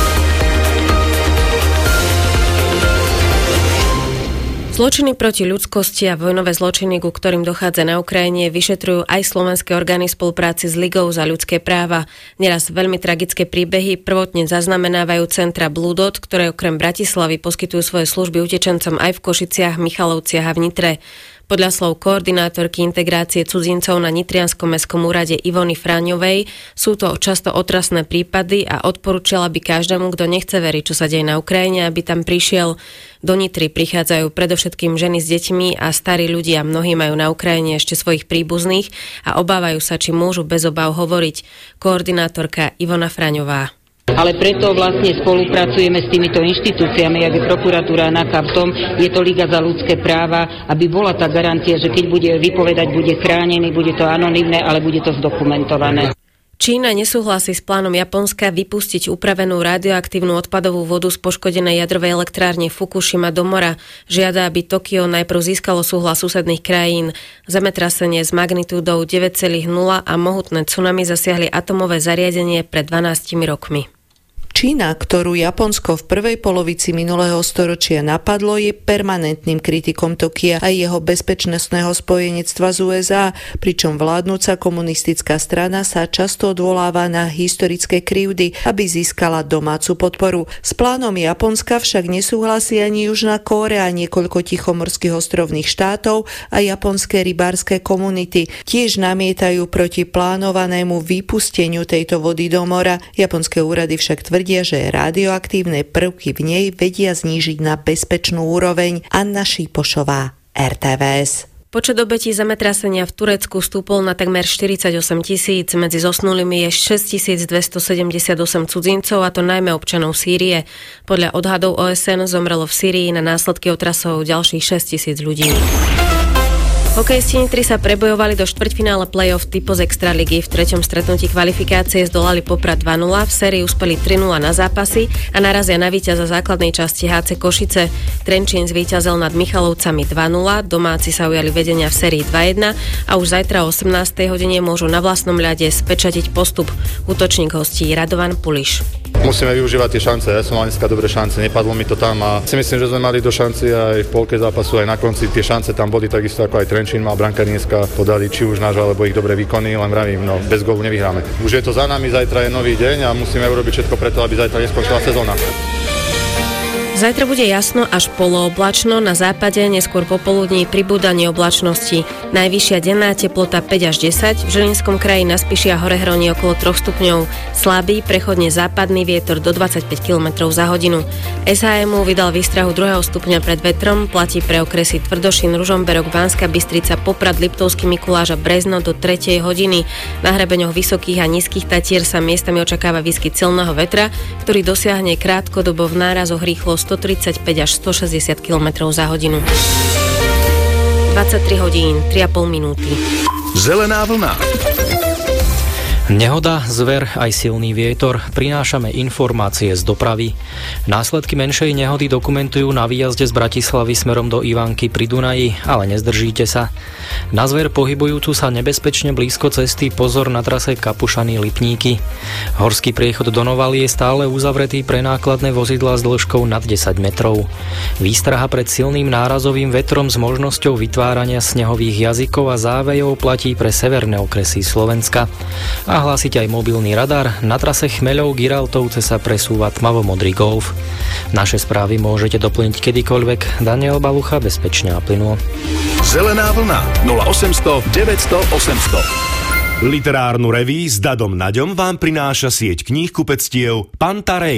Zločiny proti ľudskosti a vojnové zločiny, ku ktorým dochádza na Ukrajine, vyšetrujú aj slovenské orgány v spolupráci s Ligou za ľudské práva. Neraz veľmi tragické príbehy prvotne zaznamenávajú centra Blue Dot, ktoré okrem Bratislavy poskytujú svoje služby utečencom aj v Košiciach, Michalovciach a v Nitre. Podľa slov koordinátorky integrácie cudzincov na Nitrianskom mestskom úrade Ivony Fráňovej sú to často otrasné prípady a odporúčala by každému, kto nechce veriť, čo sa deje na Ukrajine, aby tam prišiel. Do Nitry prichádzajú predovšetkým ženy s deťmi a starí ľudia. Mnohí majú na Ukrajine ešte svojich príbuzných a obávajú sa, či môžu bez obáv hovoriť. Koordinátorka Ivona Fráňová.
Ale preto vlastne spolupracujeme s týmito inštitúciami, ako je prokuratúra NAKA v tom, je to Liga za ľudské práva, aby bola tá garancia, že keď bude vypovedať, bude chránený, bude to anonymné, ale bude to zdokumentované.
Čína nesúhlasí s plánom Japonska vypustiť upravenú radioaktívnu odpadovú vodu z poškodenej jadrovej elektrárne Fukushima do mora. Žiada, aby Tokio najprv získalo súhlas susedných krajín. Zemetrasenie s magnitúdou 9,0 a mohutné tsunami zasiahli atomové zariadenie pred 12 rokmi.
Čína, ktorú Japonsko v prvej polovici minulého storočia napadlo, je permanentným kritikom Tokia a jeho bezpečnostného spojenectva z USA, pričom vládnúca komunistická strana sa často odvoláva na historické krivdy, aby získala domácu podporu. S plánom Japonska však nesúhlasí ani Južná Kórea, niekoľko tichomorských ostrovných štátov a japonské rybárske komunity. Tiež namietajú proti plánovanému vypusteniu tejto vody do mora. Japonské úrady však tvrdia, že radioaktívne prvky v nej vedia znížiť na bezpečnú úroveň. Anna Šípošová, RTVS.
Počet obetí zemetrasenia v Turecku stúpol na takmer 48 000. Medzi zosnulými je 6278 cudzincov, a to najmä občanov Sýrie. Podľa odhadov OSN zomrelo v Sýrii na následky otrasov ďalších 6 000 ľudí. Hokejisti Nitry sa prebojovali do štvrťfinále play-off Typos Extraligy. V treťom stretnutí kvalifikácie zdolali Poprad 2-0, v sérii uspeli 3-0 na zápasy a narazia na víťaza základnej časti HC Košice. Trenčín zvíťazil nad Michalovcami 2-0, domáci sa ujali vedenia v sérii 2-1 a už zajtra o 18. hodine môžu na vlastnom ľade spečatiť postup. Útočník hostí Radovan Puliš.
Musíme využívať tie šance, ja som mal dneska dobré šance, nepadlo mi to tam a si myslím, že sme mali do šanci aj v polke zápasu, aj na konci tie šance tam boli takisto ako aj Trenčín mal, brankári dneska podali či už náš alebo ich dobré výkony, len vravím, no bez gólu nevyhráme. Už je to za nami, zajtra je nový deň a musíme urobiť všetko preto, aby zajtra neskončila sezóna.
Zajtra bude jasno až polooblačno, na západe neskôr popoludní pribúda neoblačnosti. Najvyššia denná teplota 5 až 10, v Žilinskom kraji na Spiši a Horehroní okolo 3 stupňov. Slabý, prechodne západný vietor do 25 km za hodinu. SHMU vydal výstrahu 2. stupňa pred vetrom, platí pre okresy Tvrdošín, Ružomberok, Banská Bystrica, Poprad, Liptovský Mikuláš a Brezno do 3. hodiny. Na hrebeňoch Vysokých a Nízkych Tatier sa miestami očakáva výskyt silného vetra, ktorý dosiahne krátkodobo v nárazoch rýchlosť 135 až 160 km za hodinu. 23 hodín, 3,5 minúty.
Zelená vlna.
Nehoda, zver aj silný vietor, prinášame informácie z dopravy. Následky menšej nehody dokumentujú na výjazde z Bratislavy smerom do Ivanky pri Dunaji, ale nezdržíte sa. Na zver pohybujúcu sa nebezpečne blízko cesty pozor na trase Kapušany-Lipníky. Horský priechod do Novaly je stále uzavretý pre nákladné vozidlá s dĺžkou nad 10 metrov. Výstraha pred silným nárazovým vetrom s možnosťou vytvárania snehových jazykov a závejov platí pre severné okresy Slovenska. A hlásiť aj mobilný radar, na trase Chmeľov-Giraltovce sa presúva tmavomodrý Golf. Naše správy môžete doplniť kedykoľvek. Daniel Balucha, bezpečne a plynulo.
Zelená vlna 0800 900 800.
Literárnu reví s Dadom Naďom vám prináša sieť kníhkupectiev Pantarej.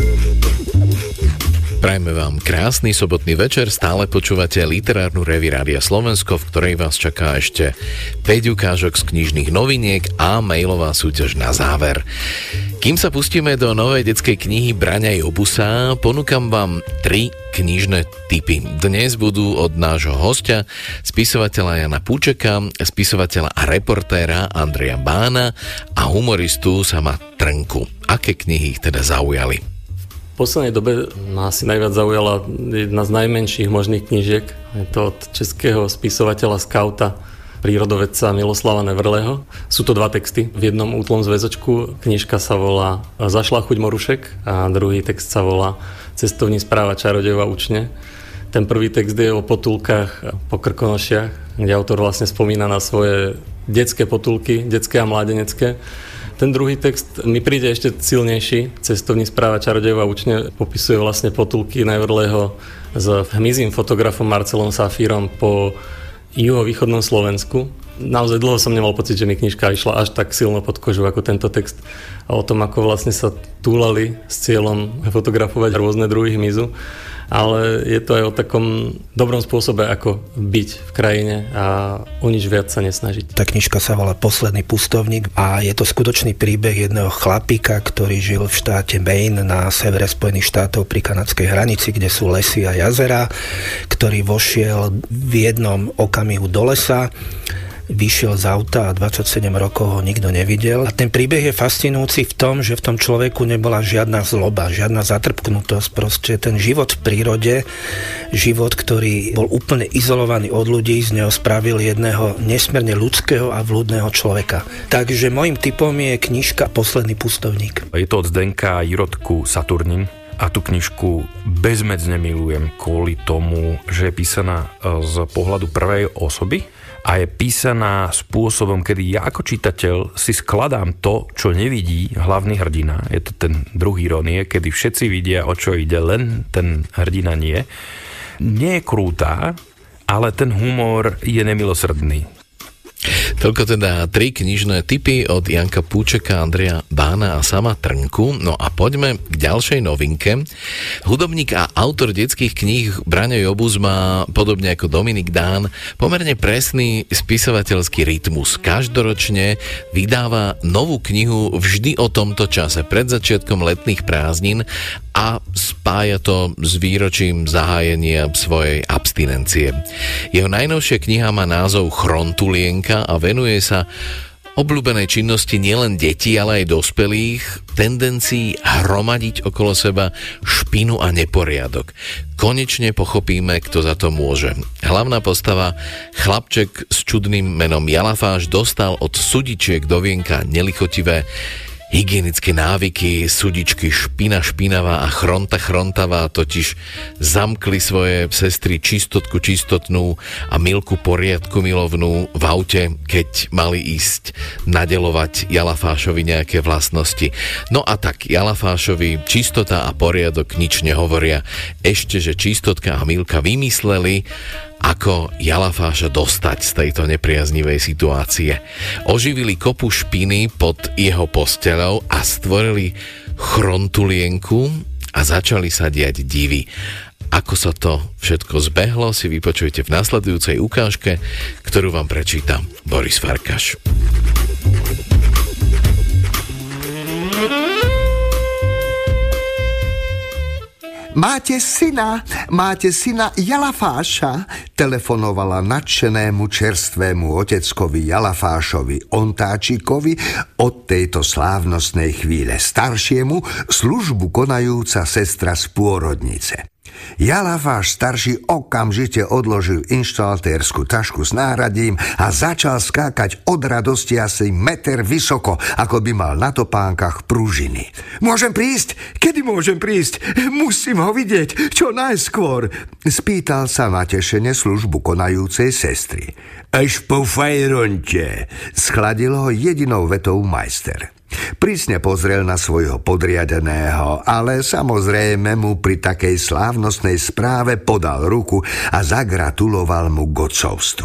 Prajme vám krásny sobotný večer, stále počúvate literárnu reví Rádia Slovensko, v ktorej vás čaká ešte 5 ukážok z knižných noviniek a mailová súťaž na záver. Kým sa pustíme do novej detskej knihy Braňa Jobusa, ponúkam vám 3 knižné tipy. Dnes budú od nášho hostia, spisovateľa Jana Púčeka, spisovateľa a reportéra Andreja Bána a humoristu Sama Trnku. Aké knihy ich teda zaujali?
V poslednej dobe ma asi najviac zaujala jedna z najmenších možných knížiek. Je to od českého spisovateľa, skauta, prírodovedca Miloslava Nevrleho. Sú to 2 texty v jednom útlom zväzočku. Knižka sa volá Zašla chuť morušek a druhý text sa volá Cestovní správa čarodejova učne. Ten prvý text je o potulkách po Krkonošiach, kde autor vlastne spomína na svoje detské potulky, detské a mládenecké. Ten druhý text mi príde ešte silnejší. Cestovní správa čarodejova učne popisuje vlastne potulky Nevrleho s hmyzím fotografom Marcelom Safírom po juhovýchodnom Slovensku. Naozaj dlho som nemal pocit, že mi knižka išla až tak silno pod kožu ako tento text. A o tom, ako vlastne sa túlali s cieľom fotografovať rôzne druhy hmyzu. Ale je to aj o takom dobrom spôsobe, ako byť v krajine a o nič viac sa nesnažiť.
Tá knižka sa volá Posledný pustovník a je to skutočný príbeh jedného chlapíka, ktorý žil v štáte Maine na severe Spojených štátov pri kanadskej hranici, kde sú lesy a jazera, ktorý vošiel v jednom okamihu do lesa, vyšiel z auta a 27 rokov ho nikto nevidel. A ten príbeh je fascinujúci v tom, že v tom človeku nebola žiadna zloba, žiadna zatrpknutosť. Proste ten život v prírode, život, ktorý bol úplne izolovaný od ľudí, z neho spravil jedného nesmierne ľudského a vľúdneho človeka. Takže môjim tipom je knižka Posledný pustovník.
Je to od Zdenka Jirotku Saturnin. A tú knižku bezmedzne milujem kvôli tomu, že je písaná z pohľadu prvej osoby a je písaná spôsobom, kedy ja ako čitateľ si skladám to, čo nevidí hlavný hrdina. Je to ten druh irónie, kedy všetci vidia, o čo ide, len ten hrdina nie. Nie je krúta, ale ten humor je nemilosrdný.
Toľko teda 3 knižné tipy od Janka Púčeka, Andreja Bána a Sama Trnku. No a poďme k ďalšej novinke. Hudobník a autor detských kníh Braňo Jobus má, podobne ako Dominik Dán, pomerne presný spisovateľský rytmus. Každoročne vydáva novú knihu vždy o tomto čase, pred začiatkom letných prázdnin, a spája to s výročím zahájenia svojej abstinencie. Jeho najnovšia kniha má názov Chrontulienka a venuje sa obľúbenej činnosti nielen detí, ale aj dospelých, tendencií hromadiť okolo seba špinu a neporiadok. Konečne pochopíme, kto za to môže. Hlavná postava, chlapček s čudným menom Jalafáš, dostal od sudičiek do vienka nelichotivé hygienické návyky, sudičky špinavá a chrontavá totiž zamkli svoje sestry čistotnú a Milku poriadku milovnú v aute, keď mali ísť nadeľovať Jalafášovi nejaké vlastnosti. No a tak Jalafášovi čistota a poriadok nič nehovoria. Ešte, že Čistotka a Milka vymysleli, ako Jalafáša dostať z tejto nepriaznivej situácie. Oživili kopu špiny pod jeho posteľou a stvorili chrontulienku a začali sa diať divy. Ako sa to všetko zbehlo, si vypočujete v nasledujúcej ukážke, ktorú vám prečíta Boris Farkaš.
Máte syna Jalafáša, telefonovala nadšenému čerstvému oteckovi Jalafášovi Ontáčikovi od tejto slávnostnej chvíle staršiemu službu konajúca sestra z pôrodnice. Jalafáš starší okamžite odložil inštalatérskú tašku s náradím a začal skákať od radosti asi meter vysoko, ako by mal na topánkach pružiny. Môžem prísť? Kedy môžem prísť? Musím ho vidieť, čo najskôr, spýtal sa natešene službu konajúcej sestry. Až po fajronte, schladil ho jedinou vetou majster. Prísne pozrel na svojho podriadeného, ale samozrejme mu pri takej slávnostnej správe podal ruku a zagratuloval mu k otcovstvu.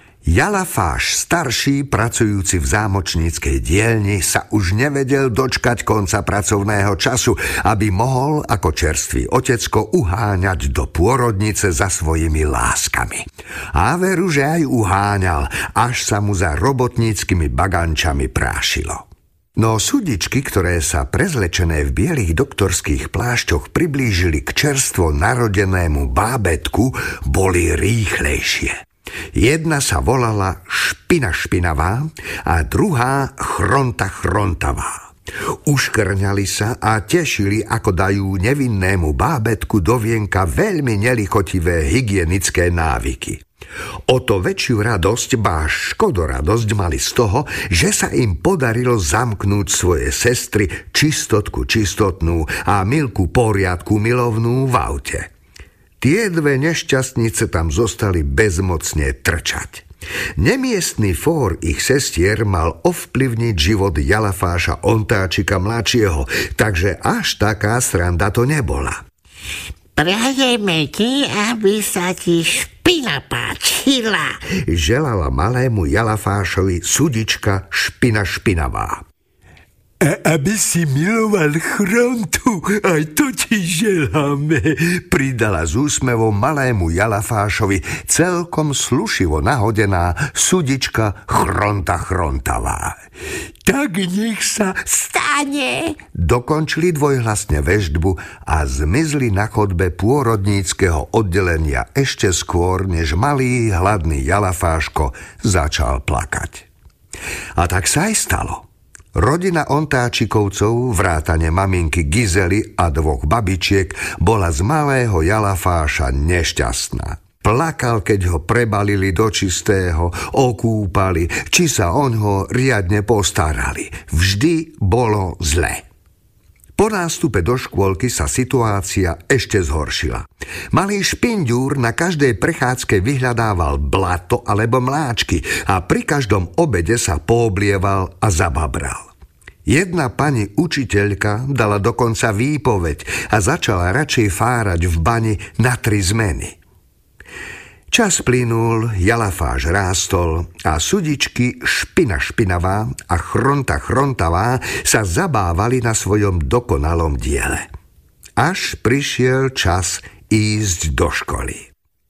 Jalafáš starší, pracujúci v zámočníckej dielni, sa už nevedel dočkať konca pracovného času, aby mohol ako čerstvý otecko uháňať do pôrodnice za svojimi láskami. A veru, že aj uháňal, až sa mu za robotníckymi bagančami prášilo. No sudičky, ktoré sa prezlečené v bielých doktorských plášťoch priblížili k čerstvo narodenému bábätku, boli rýchlejšie. Jedna sa volala Špina špinavá a druhá Chronta chrontavá. Uškrňali sa a tešili, ako dajú nevinnému bábätku do vienka veľmi nelichotivé hygienické návyky. O to väčšiu radosť, ba škodoradosť mali z toho, že sa im podarilo zamknúť svoje sestry Čistotku čistotnú a Milku poriadku milovnú v aute. Tie dve nešťastnice tam zostali bezmocne trčať. Nemiestný fór ich sestier mal ovplyvniť život Jalafáša Ontáčika mladšieho, takže až taká sranda to nebola.
Prajeme ti, aby sa ti špina páčila,
želala malému Jalafášovi sudička Špina špinavá. A aby si miloval Chrontu, aj to ti želáme, pridala s úsmevom malému Jalafášovi celkom slušivo nahodená sudička Chronta chrontavá. Tak nech sa
stane,
dokončili dvojhlasne veštbu a zmizli na chodbe pôrodníckeho oddelenia ešte skôr, než malý hladný Jalafáško začal plakať. A tak sa aj stalo. Rodina Ontáčikovcov, vrátane maminky Gizely a dvoch babičiek, bola z malého Jalafáša nešťastná. Plakal, keď ho prebalili do čistého, okúpali, či sa oňho riadne postarali. Vždy bolo zle. Po nástupe do škôlky sa situácia ešte zhoršila. Malý špinďúr na každej prechádzke vyhľadával blato alebo mláčky a pri každom obede sa pooblieval a zababral. Jedna pani učiteľka dala dokonca výpoveď a začala radšej fárať v bani na 3 zmeny. Čas plynul, Jalafáš rástol a sudičky Špina špinavá a Chronta chrontavá sa zabávali na svojom dokonalom diele. Až prišiel čas ísť do školy.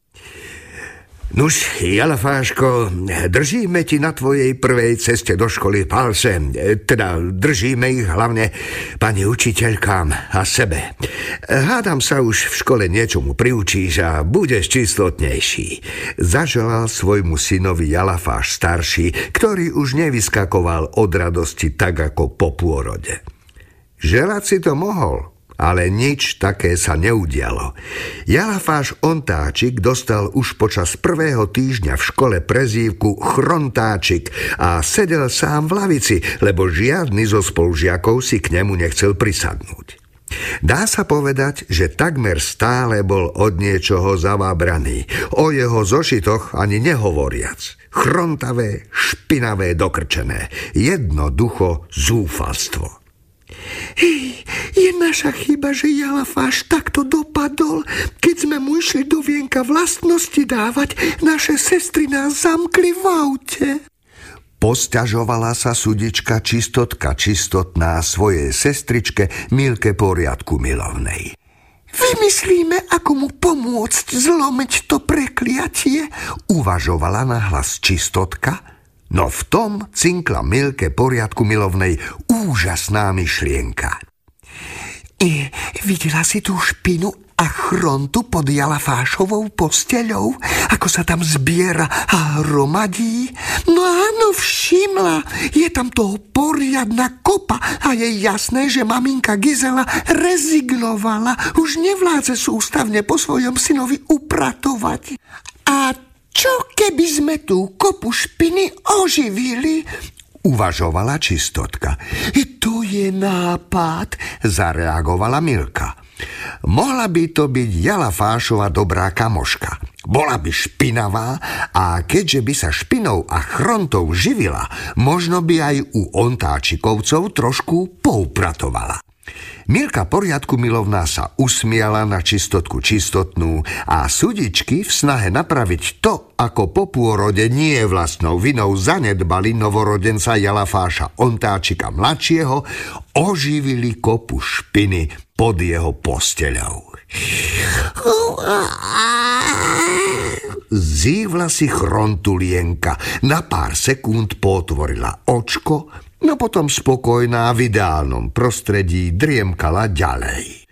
Nuž, Jalafáško, držíme ti na tvojej prvej ceste do školy palce, teda držíme ich hlavne pani učiteľkám a sebe. Hádam sa už v škole niečomu priučíš a budeš čistotnejší, zaželal svojmu synovi Jalafáš starší, ktorý už nevyskakoval od radosti tak ako po pôrode. Želať si to mohol, ale nič také sa neudialo. Jalafáš Ontáčik dostal už počas prvého týždňa v škole prezývku Chrontáčik a sedel sám v lavici, lebo žiadny zo spolužiakov si k nemu nechcel prisadnúť. Dá sa povedať, že takmer stále bol od niečoho zavábraný, o jeho zošitoch ani nehovoriac. Chrontavé, špinavé, dokrčené, jednoducho zúfalstvo.
Je naša chyba, že Jalafáš takto dopadol. Keď sme mu išli do vienka vlastnosti dávať, naše sestry nás zamkli v aute.
Posťažovala sa sudička Čistotka čistotná svojej sestričke Milke poriadku milovnej.
Vymyslíme, ako mu pomôcť zlomiť to prekliatie,
uvažovala nahlas Čistotka. No v tom cinkla Milke poriadku milovnej úžasná myšlienka.
Videla si tú špinu, a chrontu pod Jalafášovou posteľou, ako sa tam zbiera a hromadí? No áno, všimla. Je tam toho poriadna kopa a je jasné, že maminka Gizela rezignovala. Už nevládze sústavne po svojom synovi upratovať. A čo keby sme tú kopu špiny oživili? Uvažovala Čistotka. To je nápad, zareagovala Milka. Mohla by to byť Jalafášova dobrá kamoška. Bola by špinavá a keďže by sa špinou a chrontou živila, možno by aj u ontáčikovcov trošku poupratovala. Milka poriadku milovná sa usmiala na Čistotku čistotnú a sudičky v snahe napraviť to, ako po pôrode nie vlastnou vinou zanedbali novorodenca Jalafáša Ontáčika mladšieho, oživili kopu špiny pod jeho posteľou. Zívla si chrontulienka, na pár sekúnd potvorila očko, no potom spokojná v ideálnom prostredí driemkala ďalej.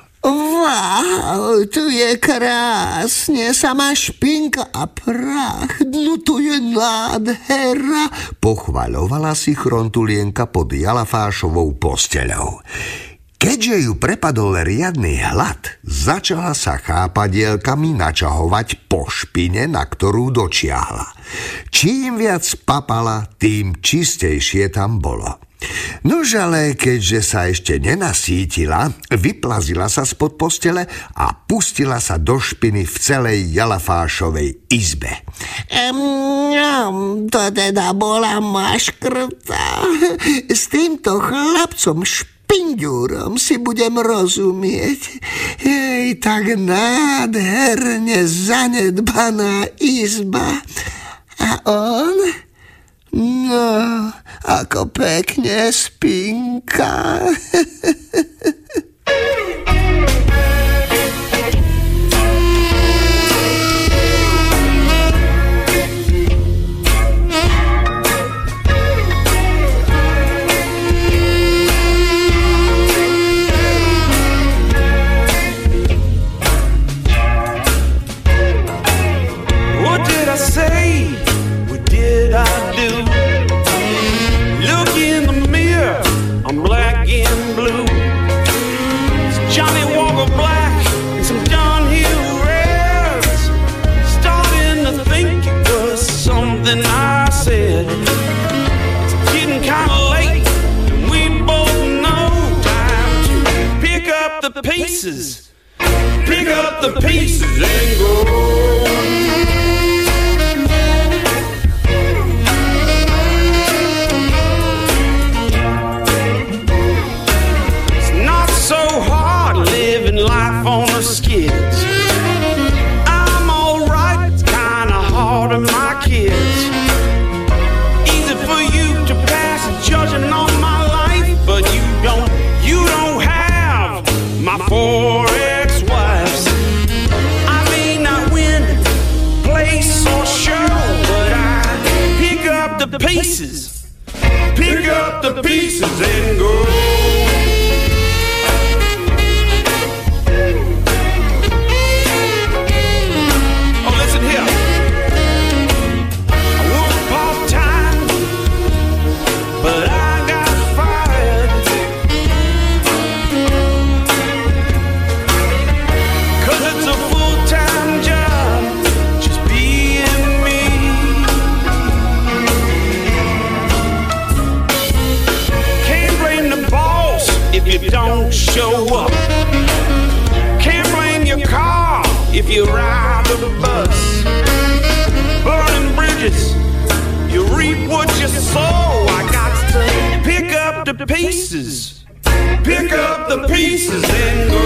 Wow, tu je krásne, samá špinka a prach, no tu je nádhera, pochvaľovala si chrontulienka pod Jalafášovou posteľou. Keďže ju prepadol riadny hlad, začala sa chápadielkami načahovať po špine, na ktorú dočiahla. Čím viac papala, tým čistejšie tam bolo. Nož ale keďže sa ešte nenasítila, vyplazila sa spod postele a pustila sa do špiny v celej Jalafášovej izbe. To teda bola maškrta. S týmto chlapcom Pinďúrom si budem rozumieť. Tak nádherne zanedbaná izba. A on? No, ako pekne spinka.
Pick up the pieces and go. It's not so hard living life on the skids. I'm alright, it's kinda hard on my kids. Easy for you to pass judging on my life, but you don't have my four ex-wives. I may not win place or show, but I pick up the pieces and go. Oh, listen here. I work part-time, but I got fired. 'Cause it's a full-time job, just being me. Can't blame the boss if you don't show up. Can't blame your car if you ride the bus. Burning bridges, you reap what you sow. I got to pick up the pieces and go.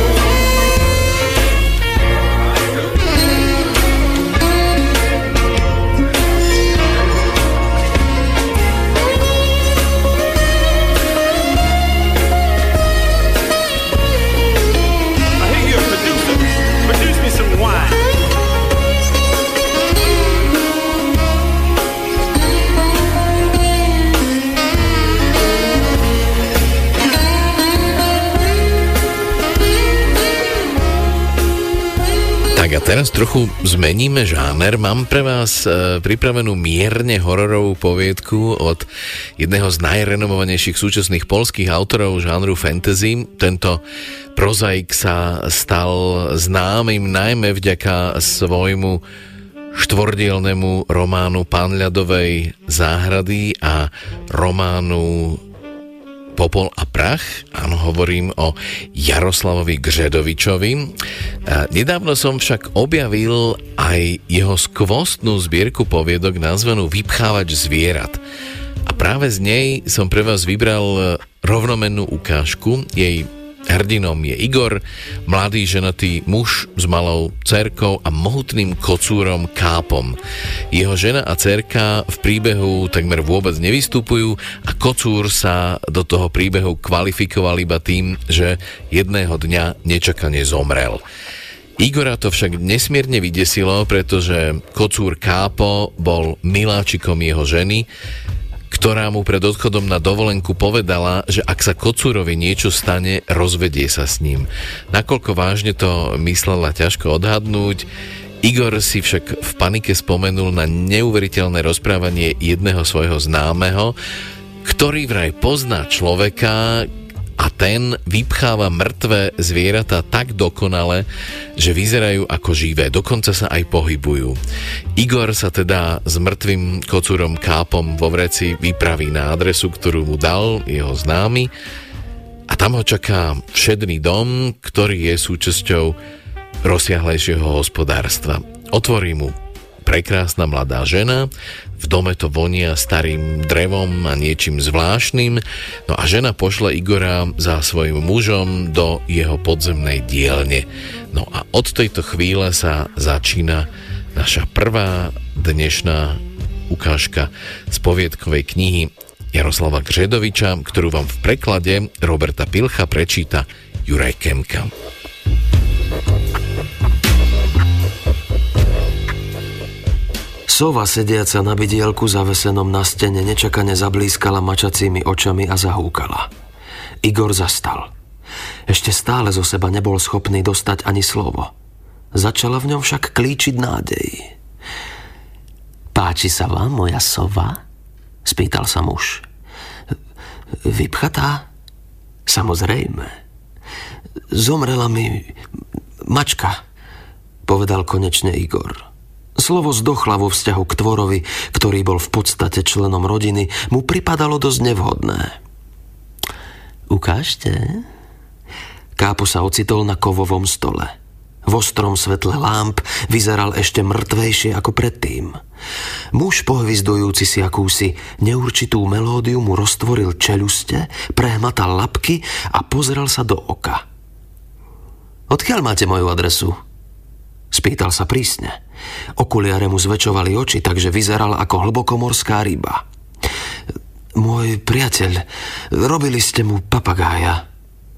Produce me some wine.
Teraz trochu zmeníme žáner. Mám pre vás pripravenú mierne hororovú poviedku od jedného z najrenomovanejších súčasných poľských autorov žánru fantasy. Tento prozaik sa stal známym najmä vďaka svojmu štvordielnemu románu Pán ľadovej záhrady a románu Popol a prach. Áno, hovorím o Jaroslavovi Gředovičovi. Nedávno som však objavil aj jeho skvostnú zbierku poviedok nazvanú Vypchávač zvierat. A práve z nej som pre vás vybral rovnomennú ukážku. Jej hrdinom je Igor, mladý ženatý muž s malou dcerkou a mohutným kocúrom Kápom. Jeho žena a dcerka v príbehu takmer vôbec nevystupujú a kocúr sa do toho príbehu kvalifikoval iba tým, že jedného dňa nečakane zomrel. Igora to však nesmierne vydesilo, pretože kocúr Kápo bol miláčikom jeho ženy, ktorá mu pred odchodom na dovolenku povedala, že ak sa kocúrovi niečo stane, rozvedie sa s ním. Nakoľko vážne to myslela, ťažko odhadnúť. Igor si však v panike spomenul na neuveriteľné rozprávanie jedného svojho známeho, ktorý vraj pozná človeka a ten vypcháva mŕtve zvieratá tak dokonale, že vyzerajú ako živé, dokonca sa aj pohybujú. Igor sa teda s mŕtvým kocúrom Kápom vo vreci vypraví na adresu, ktorú mu dal jeho známy a tam ho čaká všedný dom, ktorý je súčasťou rozsiahlejšieho hospodárstva. Otvorí mu prekrásna mladá žena, v dome to vonia starým drevom a niečím zvláštnym, no a žena pošle Igora za svojim mužom do jeho podzemnej dielne. No a od tejto chvíle sa začína naša prvá dnešná ukážka z poviedkovej knihy Jaroslava Gředoviča, ktorú vám v preklade Roberta Pilcha prečíta Juraj Kemka.
Sova sediaca na bidielku zavesenom na stene nečakane zablískala mačacími očami a zahúkala. Igor zastal. Ešte stále zo seba nebol schopný dostať ani slovo. Začala v ňom však klíčiť nádej. Páči sa vám moja sova? Spýtal sa muž. Vypchatá? Samozrejme. Zomrela mi mačka, povedal konečne Igor. Slovo zdochla vo vzťahu k tvorovi, ktorý bol v podstate členom rodiny, mu pripadalo dosť nevhodné. Ukážte. Kápo sa ocitol na kovovom stole. V ostrom svetle lámp vyzeral ešte mŕtvejšie ako predtým. Muž, pohvizdujúci si akúsi neurčitú melódiu, mu roztvoril čeľuste, prehmatal labky a pozrel sa do oka. Odkiaľ máte moju adresu? Spýtal sa prísne. Okuliare mu zväčšovali oči, takže vyzeral ako hlbokomorská ryba. Môj priateľ, robili ste mu papagája.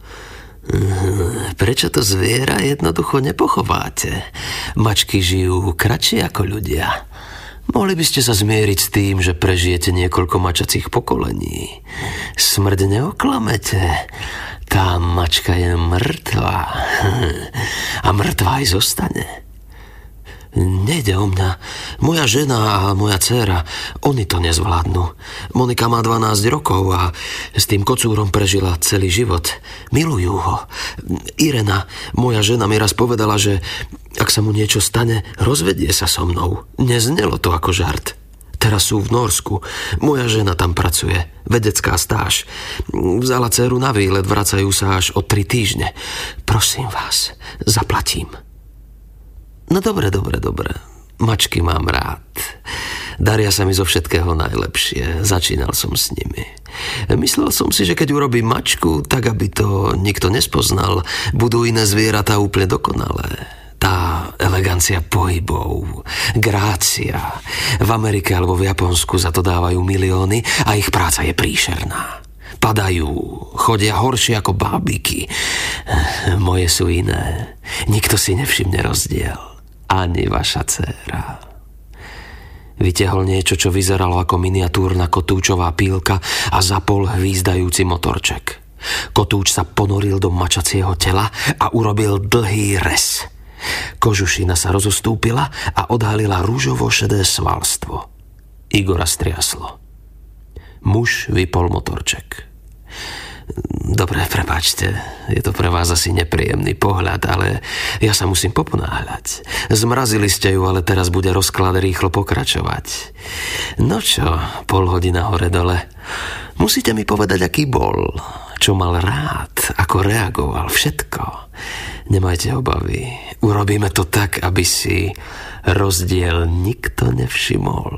Prečo to zviera jednoducho nepochováte? Mačky žijú kratšie ako ľudia. Mohli by ste sa zmieriť s tým, že prežijete niekoľko mačacích pokolení. Smrť neoklamete. Tá mačka je mŕtva. A mŕtva aj zostane. Nejde o mňa. Moja žena a moja dcéra, oni to nezvládnu. Monika má 12 rokov a s tým kocúrom prežila celý život. Milujú ho. Irena, moja žena, mi raz povedala, že ak sa mu niečo stane, rozvedie sa so mnou. Neznelo to ako žart. Teraz sú v Norsku. Moja žena tam pracuje. Vedecká stáž. Vzala dceru na výlet, vracajú sa až o 3 týždne. Prosím vás, zaplatím. No dobre. Mačky mám rád. Daria sa mi zo všetkého najlepšie. Začínal som s nimi. Myslel som si, že keď urobím mačku, tak aby to nikto nespoznal, budú iné zvieratá úplne dokonalé. Tá elegancia pohybov, grácia. V Amerike alebo v Japonsku za to dávajú milióny a ich práca je príšerná. Padajú, chodia horšie ako bábiky. Moje sú iné. Nikto si nevšimne rozdiel. Ani vaša dcéra. Vytiahol niečo, čo vyzeralo ako miniatúrna kotúčová pílka a zapol hvízdajúci motorček. Kotúč sa ponoril do mačacieho tela a urobil dlhý rez. Kožušina sa rozostúpila a odhalila rúžovo-šedé svalstvo. Igora striaslo. Muž vypol motorček. Dobre, prepáčte, je to pre vás asi nepríjemný pohľad, ale ja sa musím poponáhľať. Zmrazili ste ju, ale teraz bude rozklad rýchlo pokračovať. No čo, pol hodina hore-dole. Musíte mi povedať, aký bol, čo mal rád, ako reagoval, všetko. Nemajte obavy, urobíme to tak, aby si rozdiel nikto nevšimol.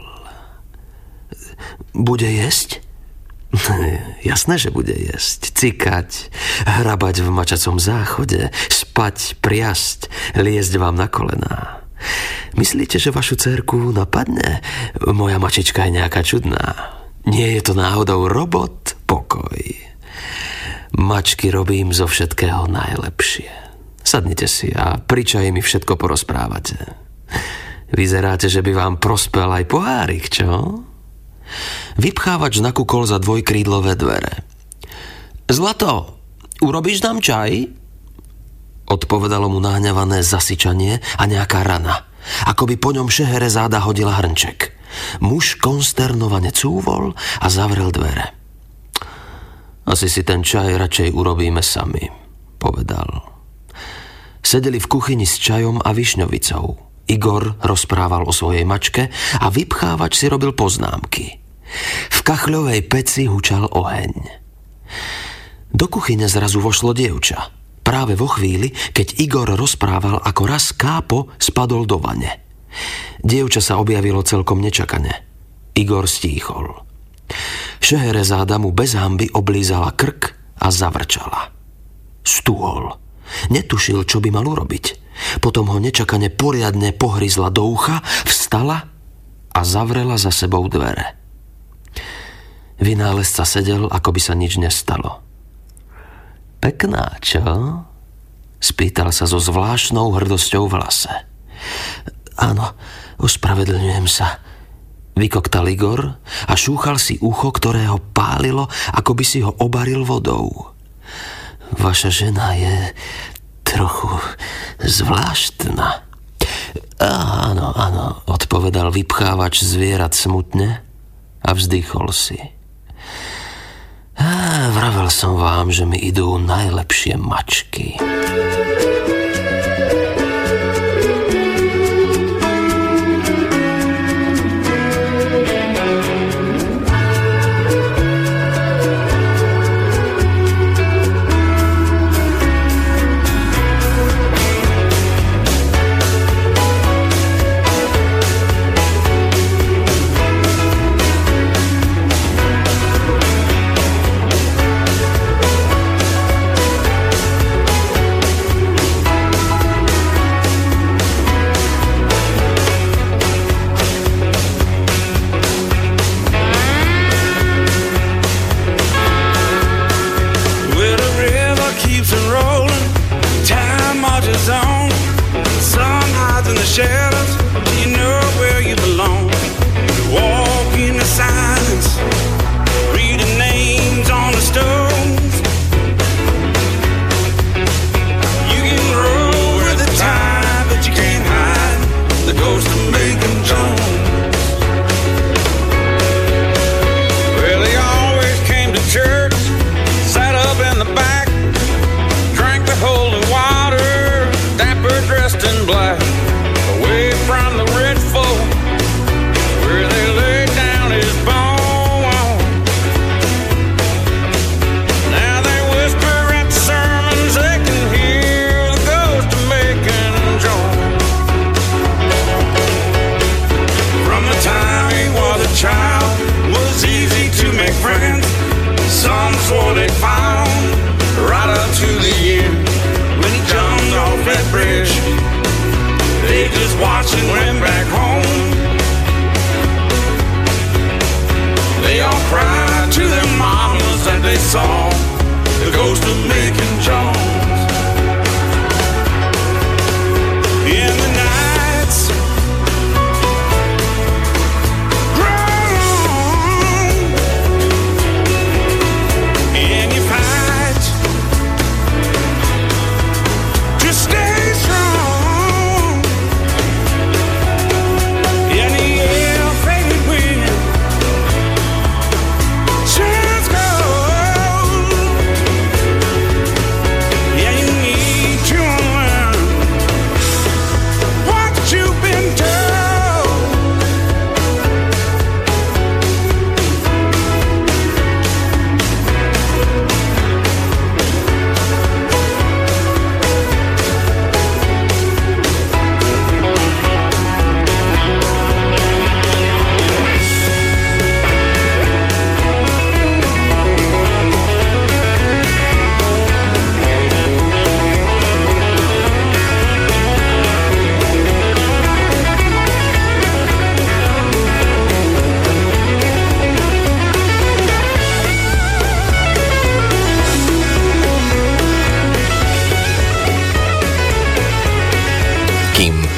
Bude jesť? Jasné, že bude jesť, cikať, hrabať v mačacom záchode, spať, priasť, liezť vám na kolená. Myslíte, že vašu dcérku napadne? Moja mačička je nejaká čudná. Nie je to náhodou robot? Pokoj. Mačky robím zo všetkého najlepšie. Sadnite si a pri čaji mi všetko porozprávate. Vyzeráte, že by vám prospel aj pohárik, čo? Vypchávač nakúkol za dvojkrídlové dvere. Zlato, urobíš nám čaj? Odpovedalo mu nahňavané zasyčanie a nejaká rana. Ako by po ňom Šeherezáda hodila hrnček. Muž konsternovane cúvol a zavrel dvere. Asi si ten čaj radšej urobíme sami, povedal. Sedeli v kuchyni s čajom a višňovicou. Igor rozprával o svojej mačke a vypchávač si robil poznámky. V kachľovej peci hučal oheň. Do kuchyne zrazu vošlo dievča. Práve vo chvíli, keď Igor rozprával, ako raz Kápo spadol do vane. Dievča sa objavilo celkom nečakane. Igor stíchol. Šeherezáda mu bez hanby oblízala krk a zavrčala. Stúhol. Netušil, čo by mal urobiť. Potom ho nečakane poriadne pohryzla do ucha, vstala a zavrela za sebou dvere. Vynálezca sedel, ako by sa nič nestalo. Pekná, čo? Spýtal sa so zvláštnou hrdosťou v hlase. Áno, ospravedlňujem sa, vykoktal Igor a šúchal si ucho, ktoré ho pálilo, ako by si ho obaril vodou. Vaša žena je trochu zvláštna. Áno, odpovedal vypchávač zvierat smutne a vzdychol si. Vravel som vám, že mi idú najlepšie mačky.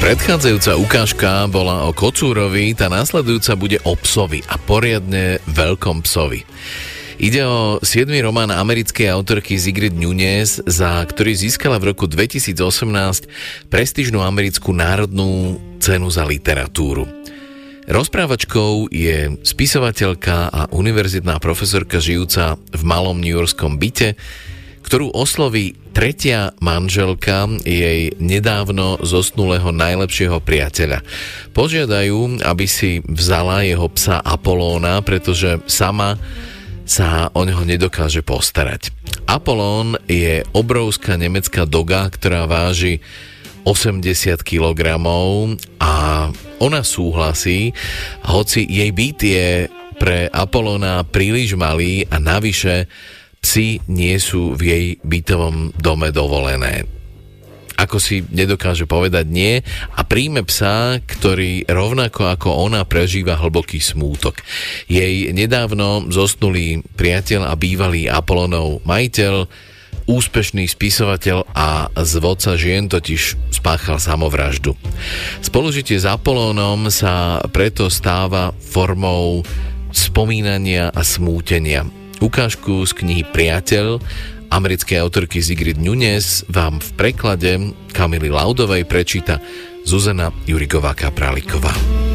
Predchádzajúca ukážka bola o kocúrovi, tá následujúca bude o psovi a poriadne veľkom psovi. Ide o 7. román americkej autorky Sigrid Nunez, za ktorý získala v roku 2018 prestížnu americkú národnú cenu za literatúru. Rozprávačkou je spisovateľka a univerzitná profesorka žijúca v malom newyorskom byte, ktorú osloví tretia manželka jej nedávno zosnulého najlepšieho priateľa. Požiadajú, aby si vzala jeho psa Apolóna, pretože sama sa o neho nedokáže postarať. Apollón je obrovská nemecká doga, ktorá váži 80 kg a ona súhlasí, hoci jej byt je pre Apollóna príliš malý a navyše psi nie sú v jej bytovom dome dovolené. Ako si nedokáže povedať nie a príjme psa, ktorý rovnako ako ona prežíva hlboký smútok. Jej nedávno zosnulý priateľ a bývalý Apollónov majiteľ, úspešný spisovateľ a zvodca žien totiž spáchal samovraždu. Spolužitie s Apollónom sa preto stáva formou spomínania a smútenia. Ukážku z knihy Priateľ americkej autorky Sigrid Nunez vám v preklade Kamily Laudovej prečíta Zuzana Jurigová-Kapráliková.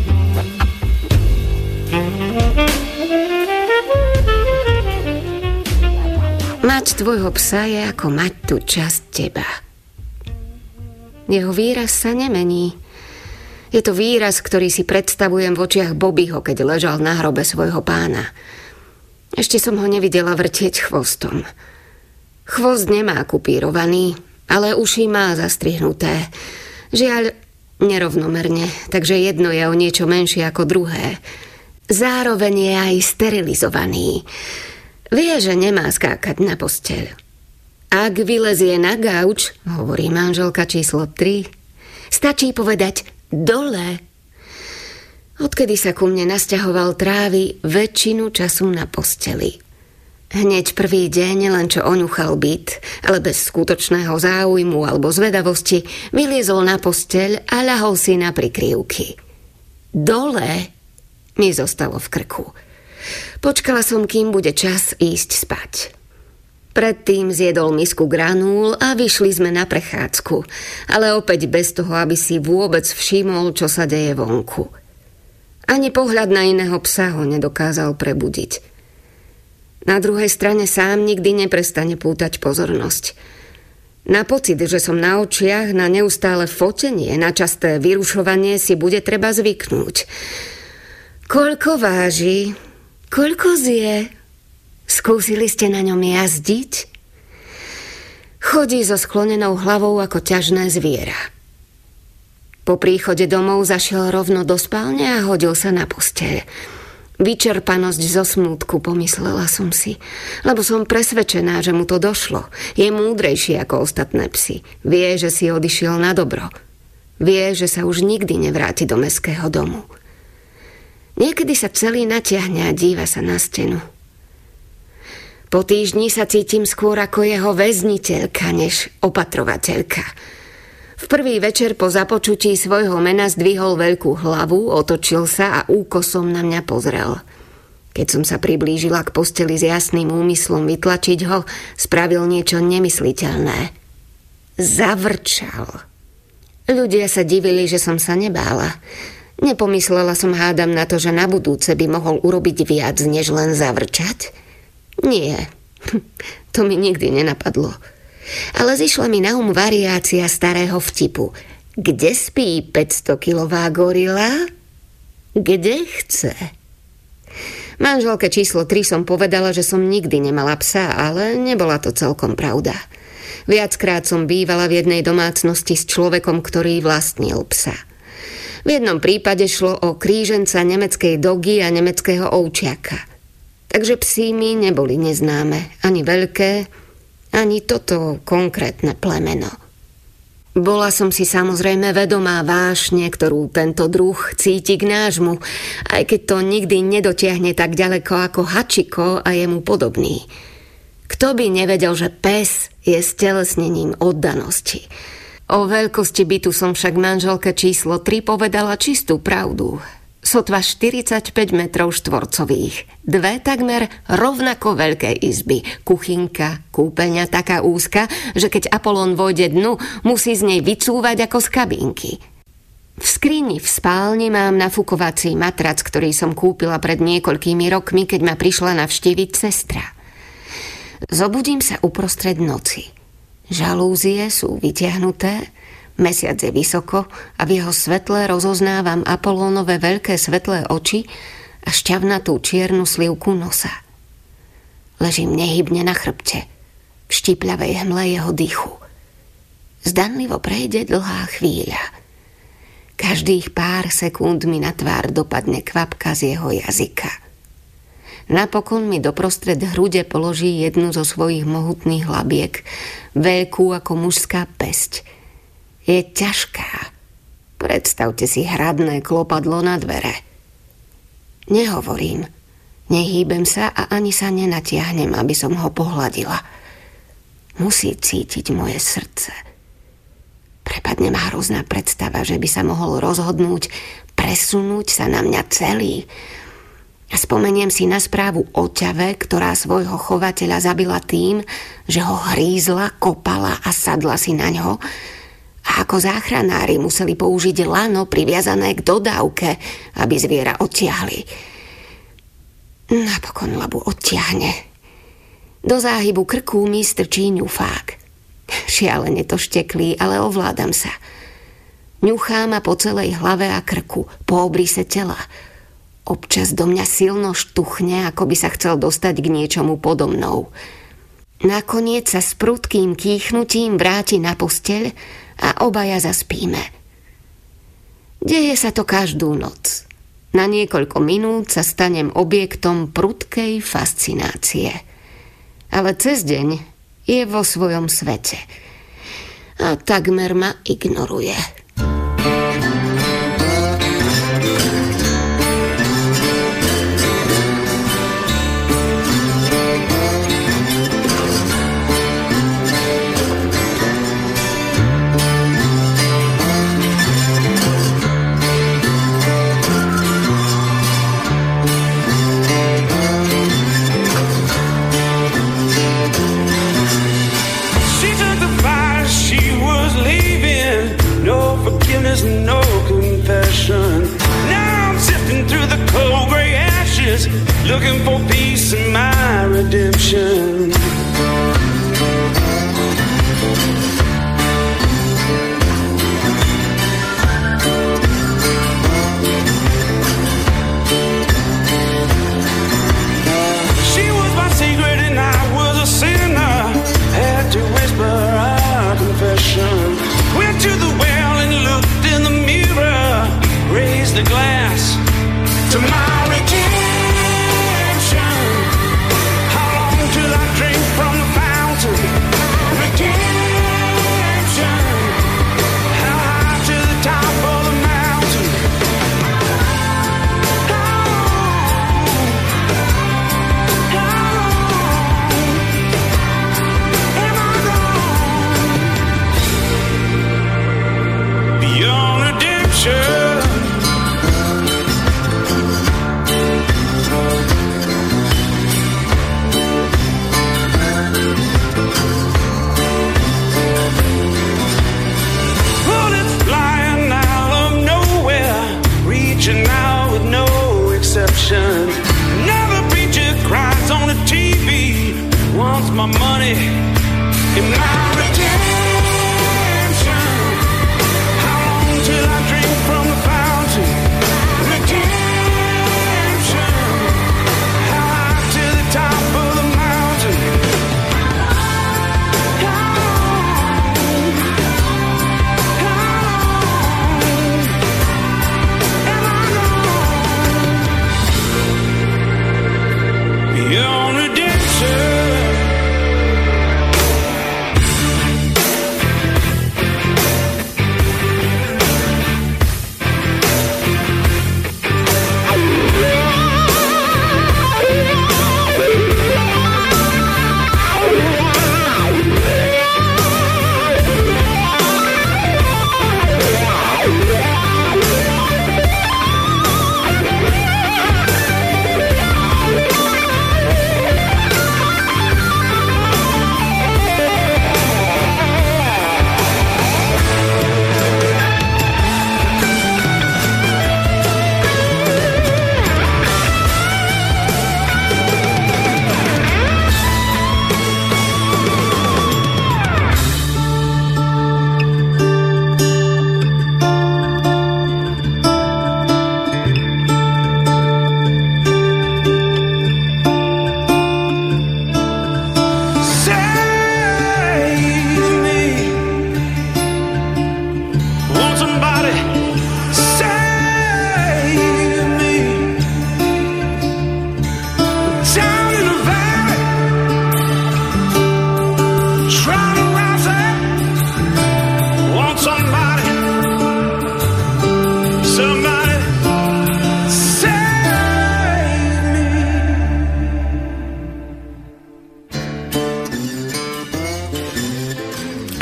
Mať tvojho psa je ako mať tú časť teba. Jeho výraz sa nemení. Je to výraz, ktorý si predstavujem v očiach Bobbyho, keď ležal na hrobe svojho pána. Ešte som ho nevidela vrtieť chvostom. Chvost nemá kupírovaný, ale uši má zastrihnuté. Žiaľ, nerovnomerne, takže jedno je o niečo menšie ako druhé. Zároveň je aj sterilizovaný. Vie, že nemá skákať na posteľ. Ak vylezie na gauč, hovorí manželka číslo 3, stačí povedať dole. Odkedy sa ku mne nasťahoval, trávi väčšinu času na posteli. Hneď prvý deň, len čo oňuchal byt, ale bez skutočného záujmu alebo zvedavosti, vyliezol na posteľ a ľahol si na prikryvky. Dole mi zostalo v krku. Počkala som, kým bude čas ísť spať. Predtým zjedol misku granúl a vyšli sme na prechádzku, ale opäť bez toho, aby si vôbec všimol, čo sa deje vonku. Ani pohľad na iného psa ho nedokázal prebudiť. Na druhej strane sám nikdy neprestane pútať pozornosť. Na pocit, že som na očiach, na neustále fotenie, na časté vyrušovanie si bude treba zvyknúť. Koľko váži? Koľko zje? Skúsili ste na ňom jazdiť? Chodí so sklonenou hlavou ako ťažné zviera. Po príchode domov zašiel rovno do spálne a hodil sa na posteľ. Vyčerpanosť zo smútku, pomyslela som si, lebo som presvedčená, že mu to došlo. Je múdrejší ako ostatné psy. Vie, že si odišiel na dobro. Vie, že sa už nikdy nevráti do mestského domu. Niekedy sa celý natiahne a díva sa na stenu. Po týždni sa cítim skôr ako jeho väzniteľka, než opatrovateľka. V prvý večer po započutí svojho mena zdvihol veľkú hlavu, otočil sa a úkosom na mňa pozrel. Keď som sa priblížila k posteli s jasným úmyslom vytlačiť ho, spravil niečo nemysliteľné. Zavrčal. Ľudia sa divili, že som sa nebála. Nepomyslela som, hádam, na to, že na budúce by mohol urobiť viac, než len zavrčať? Nie, to mi nikdy nenapadlo. Ale zišla mi na variácia starého vtipu. Kde spí 500-kilová gorila? Kde chce? Manželke číslo 3 som povedala, že som nikdy nemala psa, ale nebola to celkom pravda. Viackrát som bývala v jednej domácnosti s človekom, ktorý vlastnil psa. V jednom prípade šlo o kríženca nemeckej dogy a nemeckého ovčiaka. Takže psi mi neboli neznáme, ani veľké, ani toto konkrétne plemeno. Bola som si samozrejme vedomá vášne, ktorú tento druh cíti k nášmu, aj keď to nikdy nedotiahne tak ďaleko ako Hachiko a jemu podobný. Kto by nevedel, že pes je stelesnením oddanosti? O veľkosti bytu som však manželke číslo 3 povedala čistú pravdu. Sotva 45 metrov štvorcových. 2 takmer rovnako veľké izby. Kuchynka, kúpeľňa taká úzka, že keď Apolón vojde dnu, musí z nej vycúvať ako z kabinky. V skrini v spálni mám nafukovací matrac, ktorý som kúpila pred niekoľkými rokmi, keď ma prišla navštíviť sestra. Zobudím sa uprostred noci. Žalúzie sú vytiahnuté, mesiac je vysoko a v jeho svetle rozoznávam Apolónove veľké svetlé oči a šťavnatú čiernu slivku nosa. Ležím nehybne na chrbte, v štipľavej hmle jeho dychu. Zdanlivo prejde dlhá chvíľa. Každých pár sekúnd mi na tvár dopadne kvapka z jeho jazyka. Napokon mi doprostred hrude položí jednu zo svojich mohutných labiek, veľkú ako mužská pesť. Je ťažká. Predstavte si hradné klopadlo na dvere. Nehovorím, nehýbem sa a ani sa nenatiahnem, aby som ho pohľadila. Musí cítiť moje srdce. Prepadne ma hrozná predstava, že by sa mohol rozhodnúť presunúť sa na mňa celý. A spomeniem si na správu o ťave, ktorá svojho chovateľa zabila tým, že ho hrízla, kopala a sadla si na ňo. A ako záchranári museli použiť lano priviazané k dodávke, aby zviera odtiahli. Napokon labu odtiahne. Do záhybu krku mi strčí ňufák. Šialene to šteklí, ale ovládam sa. Ňuchá ma po celej hlave a krku, po obrise tela. Občas do mňa silno štuchne, ako by sa chcel dostať k niečomu podo mnou. Nakoniec sa s prudkým kýchnutím vráti na posteľ a obaja zaspíme. Deje sa to každú noc. Na niekoľko minút sa stanem objektom prudkej fascinácie. Ale cez deň je vo svojom svete. A takmer ma ignoruje.
No confession. Now I'm sifting through the cold gray ashes, looking for peace and my redemption. She was my secret and I was a sinner. Had to whisper our confession. Went to the well and looked in the mirror, raised the glass to my redemption. How long till I drink from the fountain? Redemption. How high to the top of the mountain? How long am I gone? Beyond redemption. Bullets flying out of nowhere, reaching out with no exception. Another preacher cries on the TV, wants my money and my redemption. How long till I drink from the fountain? Redemption. How high to the top of the mountain? Beyond redemption.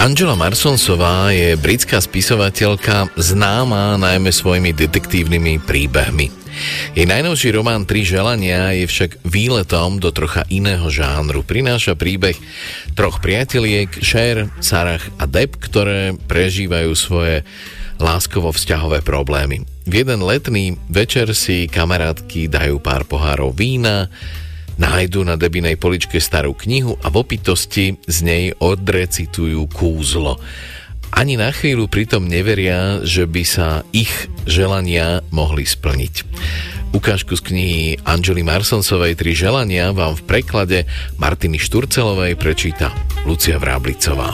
Angela Marsonsová je britská spisovateľka známa najmä svojimi detektívnymi príbehmi. Jej najnovší román 3 želania je však výletom do trocha iného žánru. Prináša príbeh troch priateliek, Cher, Sarah a Deb, ktoré prežívajú svoje láskovo-vzťahové problémy. V jeden letný večer si kamarátky dajú pár pohárov vína, nájdu na Debinej poličke starú knihu a v opitosti z nej odrecitujú kúzlo. Ani na chvíľu pritom neveria, že by sa ich želania mohli splniť. Ukážku z knihy Angely Marsonsovej 3 želania vám v preklade Martiny Šturcelovej prečíta Lucia Vráblicová.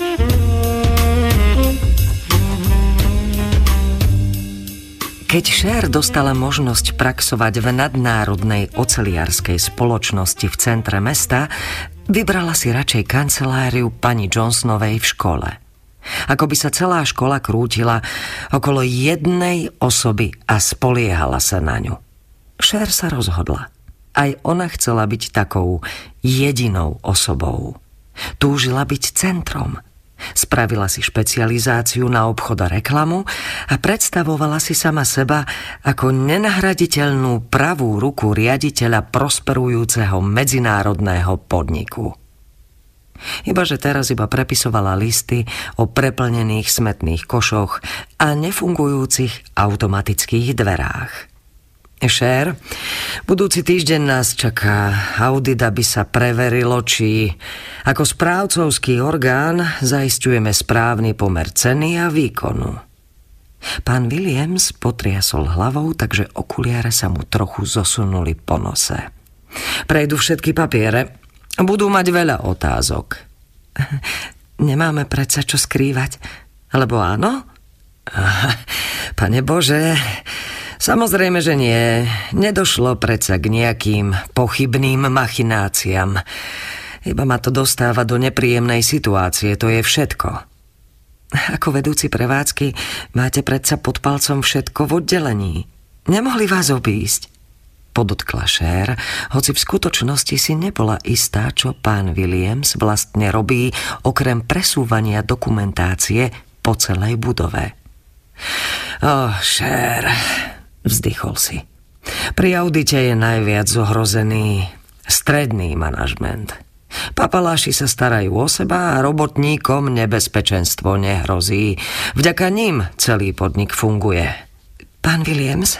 Keď Cher dostala možnosť praxovať v nadnárodnej oceliarskej spoločnosti v centre mesta, vybrala si radšej kanceláriu pani Johnsonovej v škole. Ako by sa celá škola krútila okolo jednej osoby a spoliehala sa na ňu. Cher sa rozhodla. Aj ona chcela byť takou jedinou osobou. Túžila byť centrom. Spravila si špecializáciu na obchod a reklamu a predstavovala si sama seba ako nenahraditeľnú pravú ruku riaditeľa prosperujúceho medzinárodného podniku. Ibaže teraz iba prepisovala listy o preplnených smetných košoch a nefungujúcich automatických dverách. Cher, budúci týždeň nás čaká audit, aby sa preverilo, či ako správcovský orgán zaisťujeme správny pomer ceny a výkonu. Pán Williams potriasol hlavou, takže okuliare sa mu trochu zosunuli po nose. Prejdu všetky papiere. Budú mať veľa otázok. Nemáme predsa čo skrývať? Alebo áno? Pane Bože, samozrejme, že nie. Nedošlo predsa k nejakým pochybným machináciám. Iba ma to dostáva do nepríjemnej situácie, to je všetko. Ako vedúci prevádzky máte predsa pod palcom všetko v oddelení. Nemohli vás obísť? Podotkla Cher, hoci v skutočnosti si nebola istá, čo pán Williams vlastne robí okrem presúvania dokumentácie po celej budove. Cher, vzdychol si. Pri audite je najviac zohrozený stredný manažment. Papaláši sa starajú o seba a robotníkom nebezpečenstvo nehrozí. Vďaka nim celý podnik funguje. Pán Williams,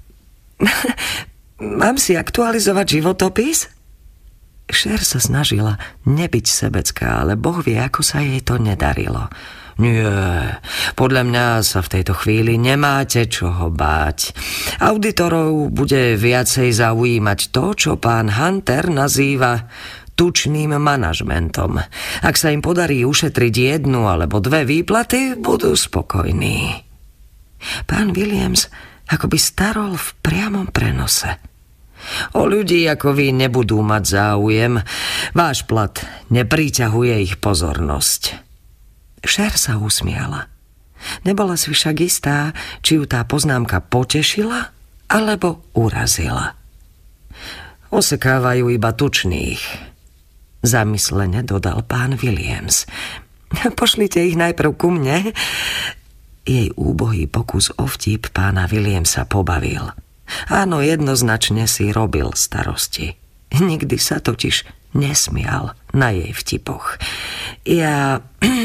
mám si aktualizovať životopis? Cher sa snažila nebyť sebecká, ale Boh vie, ako sa jej to nedarilo. Nie, podľa mňa sa v tejto chvíli nemáte čoho báť. Auditorov bude viacej zaujímať to, čo pán Hunter nazýva tučným manažmentom. Ak sa im podarí ušetriť 1 alebo 2 výplaty, budú spokojní. Pán Williams akoby starol v priamom prenose. O ľudí ako vy nebudú mať záujem. Váš plat nepriťahuje ich pozornosť. Cher sa usmiala. Nebola si však istá, či ju tá poznámka potešila alebo urazila. Osekávajú iba tučných, zamyslene dodal pán Williams. Pošlite ich najprv ku mne. Jej úbohý pokus o vtip pána Williamsa pobavil. Áno, jednoznačne si robil starosti. Nikdy sa totiž nesmial na jej vtipoch. Ja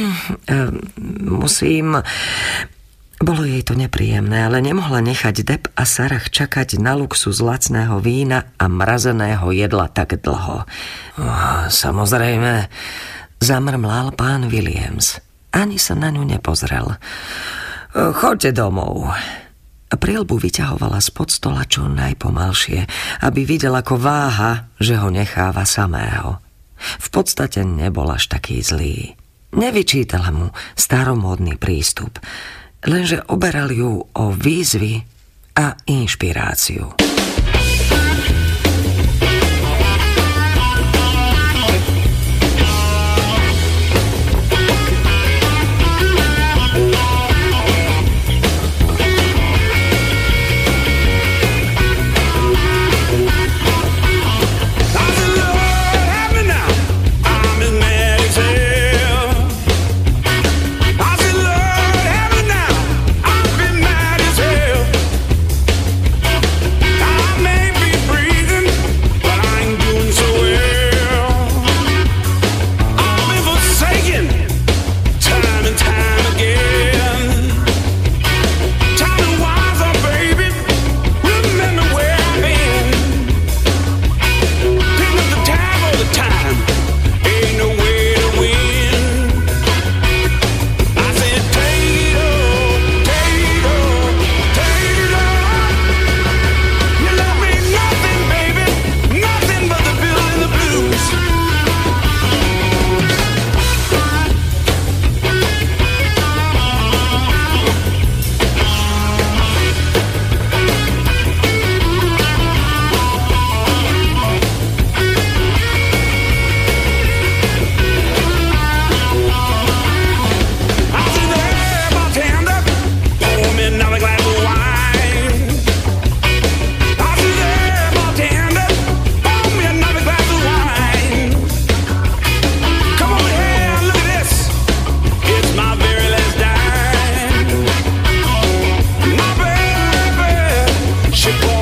musím... Bolo jej to nepríjemné, ale nemohla nechať Deb a Sarah čakať na luxus lacného vína a mrazeného jedla tak dlho. Samozrejme, zamrmlal pán Williams. Ani sa na ňu nepozrel. Choďte domov. Prilbu vyťahovala spod stola čo najpomalšie, aby videl, ako váha, že ho necháva samého. V podstate nebol až taký zlý. Nevyčítala mu staromódny prístup, lenže oberal ju o výzvy a inšpiráciu.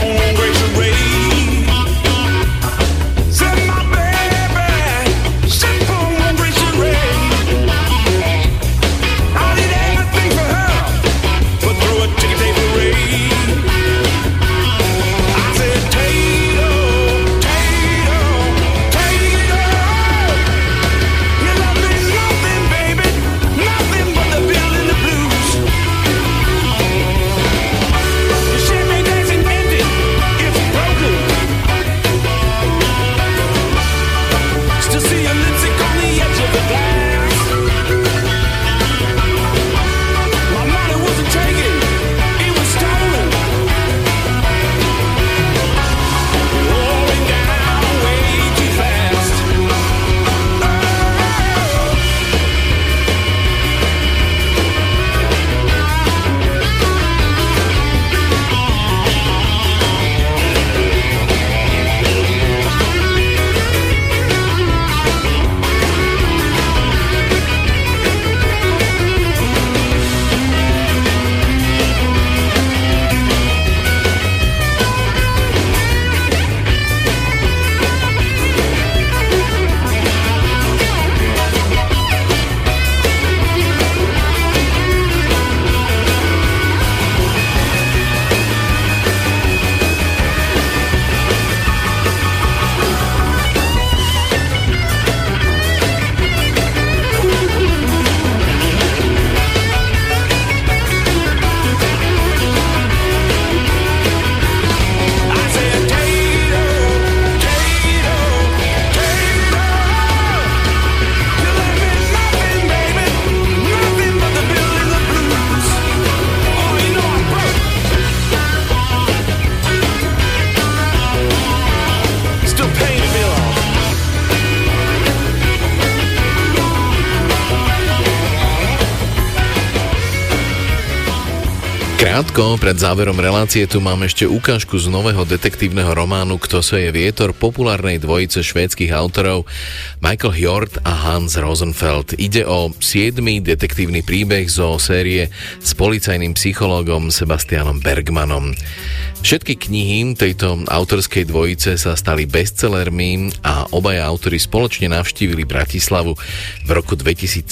Krátko pred záverom relácie tu mám ešte ukážku z nového detektívneho románu Kto seje vietor populárnej dvojice švédskych autorov Michael Hjort a Hans Rosenfeld. Ide o 7. detektívny príbeh zo série s policajným psychológom Sebastianom Bergmanom. Všetky knihy tejto autorskej dvojice sa stali bestsellermi a obaja autori spoločne navštívili Bratislavu v roku 2017.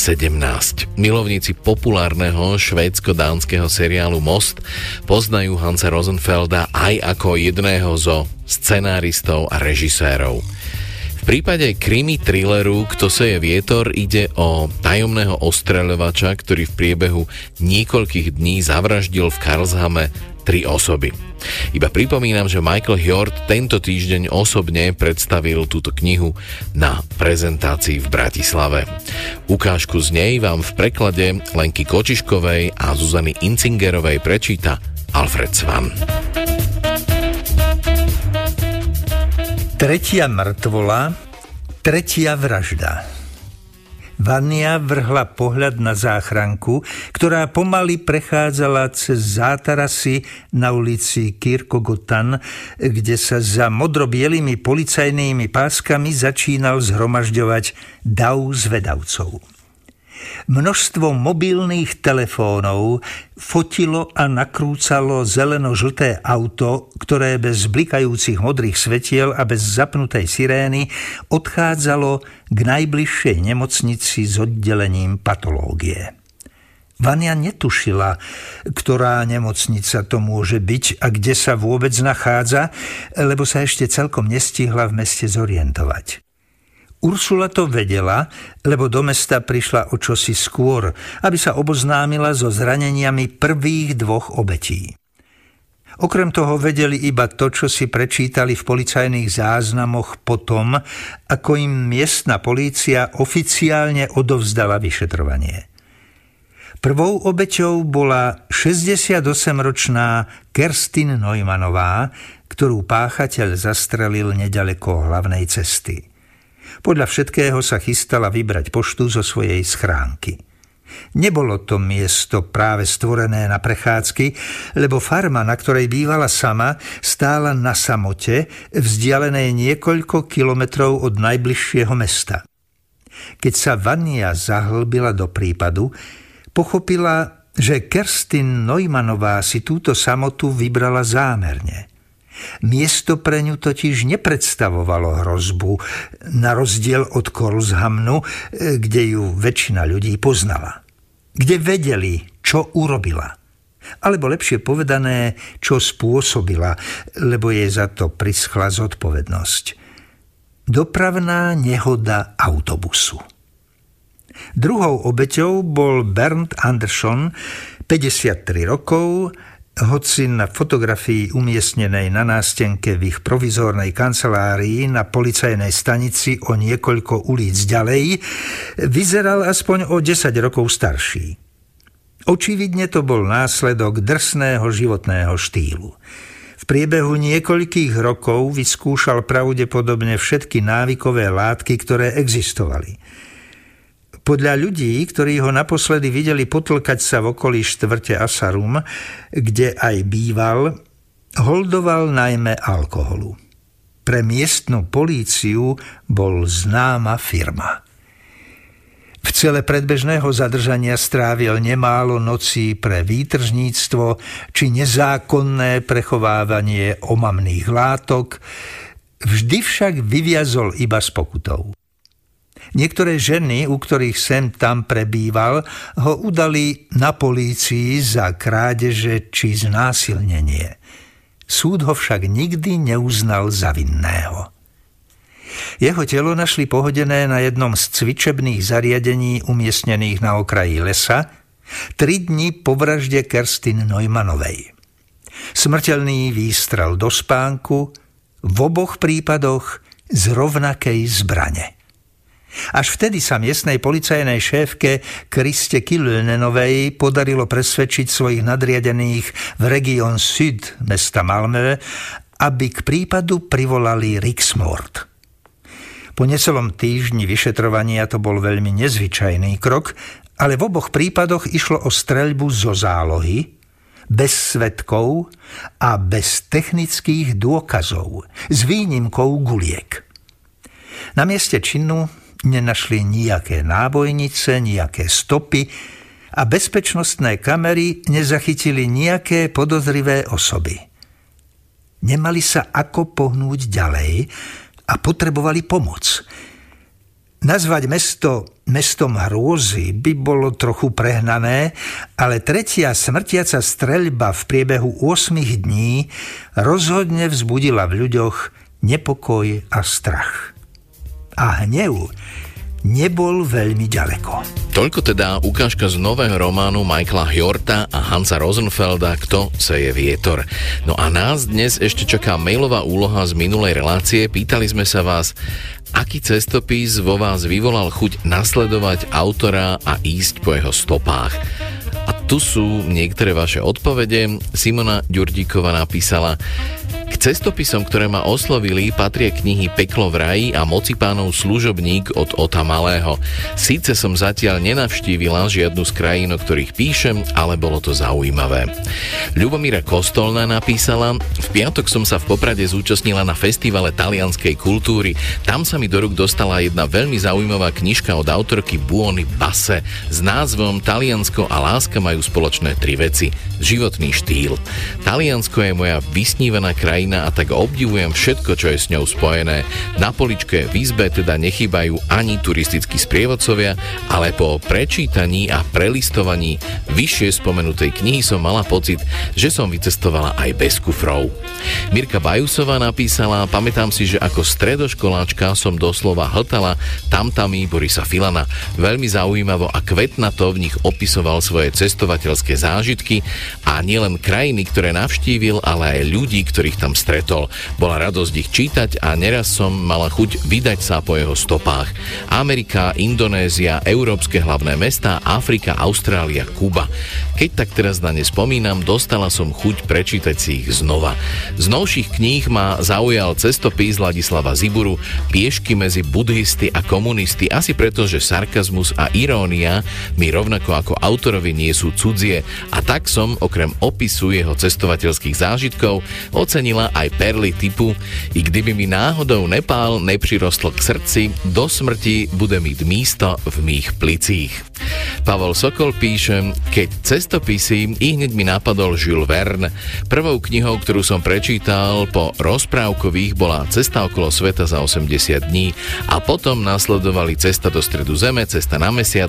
Milovníci populárneho švédsko-dánskeho seriálu Most poznajú Hansa Rosenfelda aj ako jedného zo scenáristov a režisérov. V prípade krimi thrilleru Kto seje vietor ide o tajomného ostreľovača, ktorý v priebehu niekoľkých dní zavraždil v Karlshame 3 osoby. Iba pripomínam, že Michael Hjort tento týždeň osobne predstavil túto knihu na prezentácii v Bratislave. Ukážku z nej vám v preklade Lenky Kočiškovej a Zuzany Incingerovej prečíta Alfred Svan.
Tretia mŕtvola, tretia vražda. Vania vrhla pohľad na záchranku, ktorá pomaly prechádzala cez zátarasy na ulici Kirkogotan, kde sa za modro-bielými policajnými páskami začínal zhromažďovať dav zvedavcov. Množstvo mobilných telefónov fotilo a nakrúcalo zeleno-žlté auto, ktoré bez blikajúcich modrých svetiel a bez zapnutej sirény odchádzalo k najbližšej nemocnici s oddelením patológie. Vania netušila, ktorá nemocnica to môže byť a kde sa vôbec nachádza, lebo sa ešte celkom nestihla v meste zorientovať. Ursula to vedela, lebo do mesta prišla o čosi skôr, aby sa oboznámila so zraneniami prvých 2 obetí. Okrem toho vedeli iba to, čo si prečítali v policajných záznamoch potom, ako im miestna polícia oficiálne odovzdala vyšetrovanie. Prvou obeťou bola 68-ročná Kerstin Neumannová, ktorú páchateľ zastrelil neďaleko hlavnej cesty. Podľa všetkého sa chystala vybrať poštu zo svojej schránky. Nebolo to miesto práve stvorené na prechádzky, lebo farma, na ktorej bývala sama, stála na samote, vzdialenej niekoľko kilometrov od najbližšieho mesta. Keď sa Vania zahlbila do prípadu, pochopila, že Kerstin Neumannová si túto samotu vybrala zámerne. Miesto pre ňu totiž nepredstavovalo hrozbu, na rozdiel od Korshamnu, kde ju väčšina ľudí poznala. Kde vedeli, čo urobila. Alebo lepšie povedané, čo spôsobila, lebo jej za to prischla zodpovednosť. Dopravná nehoda autobusu. Druhou obeťou bol Bernd Andersson, 53 rokov, hoci na fotografii umiestnenej na nástenke v ich provizórnej kancelárii na policajnej stanici o niekoľko ulic ďalej, vyzeral aspoň o 10 rokov starší. Očividne to bol následok drsného životného štýlu. V priebehu niekoľkých rokov vyskúšal pravdepodobne všetky návykové látky, ktoré existovali. Podľa ľudí, ktorí ho naposledy videli potlkať sa v okolí štvrte Asarum, kde aj býval, holdoval najmä alkoholu. Pre miestnu políciu bol známa firma. V cele predbežného zadržania strávil nemálo nocí pre výtržníctvo či nezákonné prechovávanie omamných látok, vždy však vyviazol iba s pokutou. Niektoré ženy, u ktorých sem tam prebýval, ho udali na polícii za krádeže či znásilnenie. Súd ho však nikdy neuznal za vinného. Jeho telo našli pohodené na jednom z cvičebných zariadení umiestnených na okraji lesa 3 dni po vražde Kerstin Neumannovej. Smrteľný výstrel do spánku, v oboch prípadoch z rovnakej zbrane. Až vtedy sa miestnej policajnej šéfke Kriste Kilönenovej podarilo presvedčiť svojich nadriadených v Region Süd mesta Malmö, aby k prípadu privolali Riksmord. Po necelom týždni vyšetrovania to bol veľmi nezvyčajný krok, ale v oboch prípadoch išlo o streľbu zo zálohy, bez svedkov a bez technických dôkazov, s výnimkou guliek. Na mieste činu nenašli nijaké nábojnice, nijaké stopy a bezpečnostné kamery nezachytili nijaké podozrivé osoby. Nemali sa ako pohnúť ďalej a potrebovali pomoc. Nazvať mesto mestom hrôzy by bolo trochu prehnané, ale tretia smrtiaca streľba v priebehu 8 dní rozhodne vzbudila v ľuďoch nepokoj a strach. A hnev nebol veľmi ďaleko.
Toľko teda ukážka z nového románu Michaela Hjorta a Hansa Rosenfelda Kto seje vietor. No a nás dnes ešte čaká mailová úloha z minulej relácie. Pýtali sme sa vás, aký cestopis vo vás vyvolal chuť nasledovať autora a ísť po jeho stopách. A tu sú niektoré vaše odpovede. Simona Ďurdíková napísala: k cestopisom, ktoré ma oslovili, patria knihy Peklo v raji a Moci pánov služobník od Ota Malého. Síce som zatiaľ nenavštívila žiadnu z krajín, o ktorých píšem, ale bolo to zaujímavé. Ľubomíra Kostolná napísala: v piatok som sa v Poprade zúčastnila na festivale talianskej kultúry. Tam sa mi do rúk dostala jedna veľmi zaujímavá knižka od autorky Buony Basse s názvom Taliansko a láska majú spoločné 3 veci. Životný štýl. Taliansko je moja vysnívaná krajina a tak obdivujem všetko, čo je s ňou spojené. Na poličke v izbe teda nechýbajú ani turistickí sprievodcovia, ale po prečítaní a prelistovaní vyššie spomenutej knihy som mala pocit, že som vycestovala aj bez kufrov. Mirka Bajusová napísala: pamätám si, že ako stredoškoláčka som doslova hltala tamtami Borisa Filana. Veľmi zaujímavo a kvetnato v nich opisoval svoje cestovateľské zážitky a nielen krajiny, ktoré navštívil, ale aj ľudí, ktorých tam stretol. Bola radosť ich čítať a neraz som mala chuť vydať sa po jeho stopách. Amerika, Indonézia, európske hlavné mestá, Afrika, Austrália, Kuba. Keď tak teraz na ne spomínam, dostala som chuť prečítať si ich znova. Z novších kníh ma zaujal cestopis Ladislava Ziburu Piešky medzi budhisty a komunisty, asi preto, že sarkazmus a irónia mi rovnako ako autorovi nie sú cudzie, a tak som okrem opisu jeho cestovateľských zážitkov ocenila obsahujúca aj perly typu I kdyby mi náhodou Nepál neprirostl k srdci, do smrti bude mít místo v mých plicích. Pavol Sokol píše, keď cestopisy, hneď mi napadol Jules Verne. Prvou knihou, ktorú som prečítal po rozprávkových, bola Cesta okolo sveta za 80 dní a potom nasledovali Cesta do stredu zeme, Cesta na mesiac,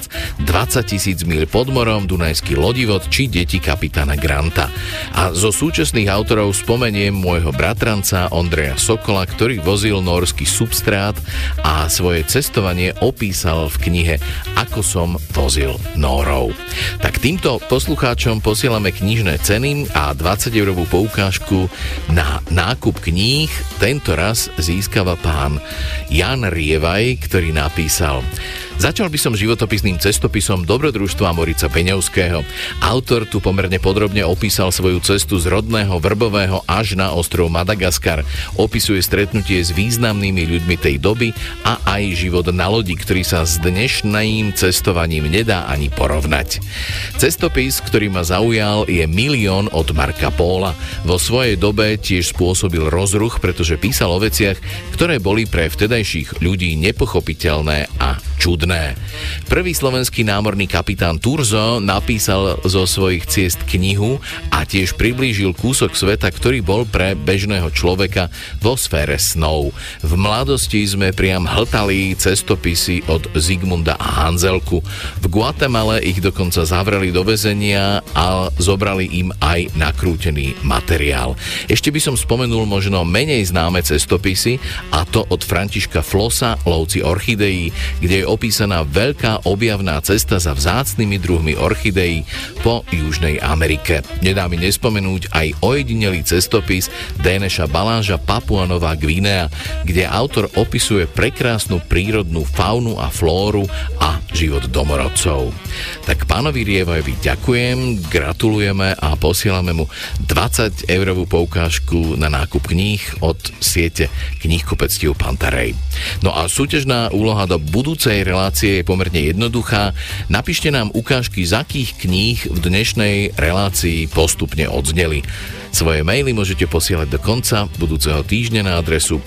20 000 míľ pod morom, Dunajský lodivod či Deti kapitána Granta. A zo súčasných autorov spomeniem môjho bratranca Ondreja Sokola, ktorý vozil norský substrát a svoje cestovanie opísal v knihe Ako som vozil Nórov. Tak týmto poslucháčom posielame knižné ceny a 20-eurovú poukážku na nákup kníh. Tento raz získava pán Jan Rievaj, ktorý napísal: Začal by som životopisným cestopisom Dobrodružstva Morica Beňovského. Autor tu pomerne podrobne opísal svoju cestu z rodného Vrbového až na ostrov Madagaskar. Opisuje stretnutie s významnými ľuďmi tej doby a aj život na lodi, ktorý sa s dnešným cestovaním nedá ani porovnať. Cestopis, ktorý ma zaujal, je Milión od Marca Póla. Vo svojej dobe tiež spôsobil rozruch, pretože písal o veciach, ktoré boli pre vtedajších ľudí nepochopiteľné a čudné. Prvý slovenský námorný kapitán Turzo napísal zo svojich ciest knihu a tiež priblížil kúsok sveta, ktorý bol pre bežného človeka vo sfére snov. V mladosti sme priam hltali cestopisy od Zigmunda a Hanzelku. V Guatemale ich dokonca zavreli do väzenia a zobrali im aj nakrútený materiál. Ešte by som spomenul možno menej známe cestopisy, a to od Františka Flosa Lovci orchideí, kde je opísaná veľká objavná cesta za vzácnymi druhmi orchideí po Južnej Amerike. Nedá mi nespomenúť aj ojedinelý cestopis Déneša Baláža Papua Nová Guinea, kde autor opisuje prekrásnu prírodnú faunu a flóru a život domorodcov. Tak pánovi Rievajovi ďakujem, gratulujeme a posielame mu 20-eurovú poukážku na nákup kníh od siete knihkupectiev Pantarej. No a súťažná úloha do budúcej relácie je pomerne jednoduchá. Napíšte nám ukážky, z akých kníh v dnešnej relácii postupne odzneli. Svoje maily môžete posielať do konca budúceho týždňa na adresu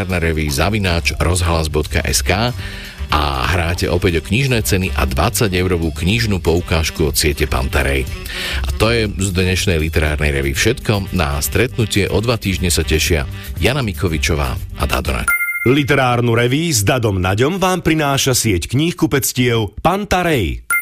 literárnareví@rozhlas.sk a hráte opäť o knižné ceny a 20-eurovú knižnú poukážku od siete Pantarej. A to je z dnešnej literárnej revy všetko. Na stretnutie o 2 týždne sa tešia Jana Mikovičová a Dadona.
Literárnu reví s Dadom Naďom vám prináša sieť kníhkupectiev Pantarej.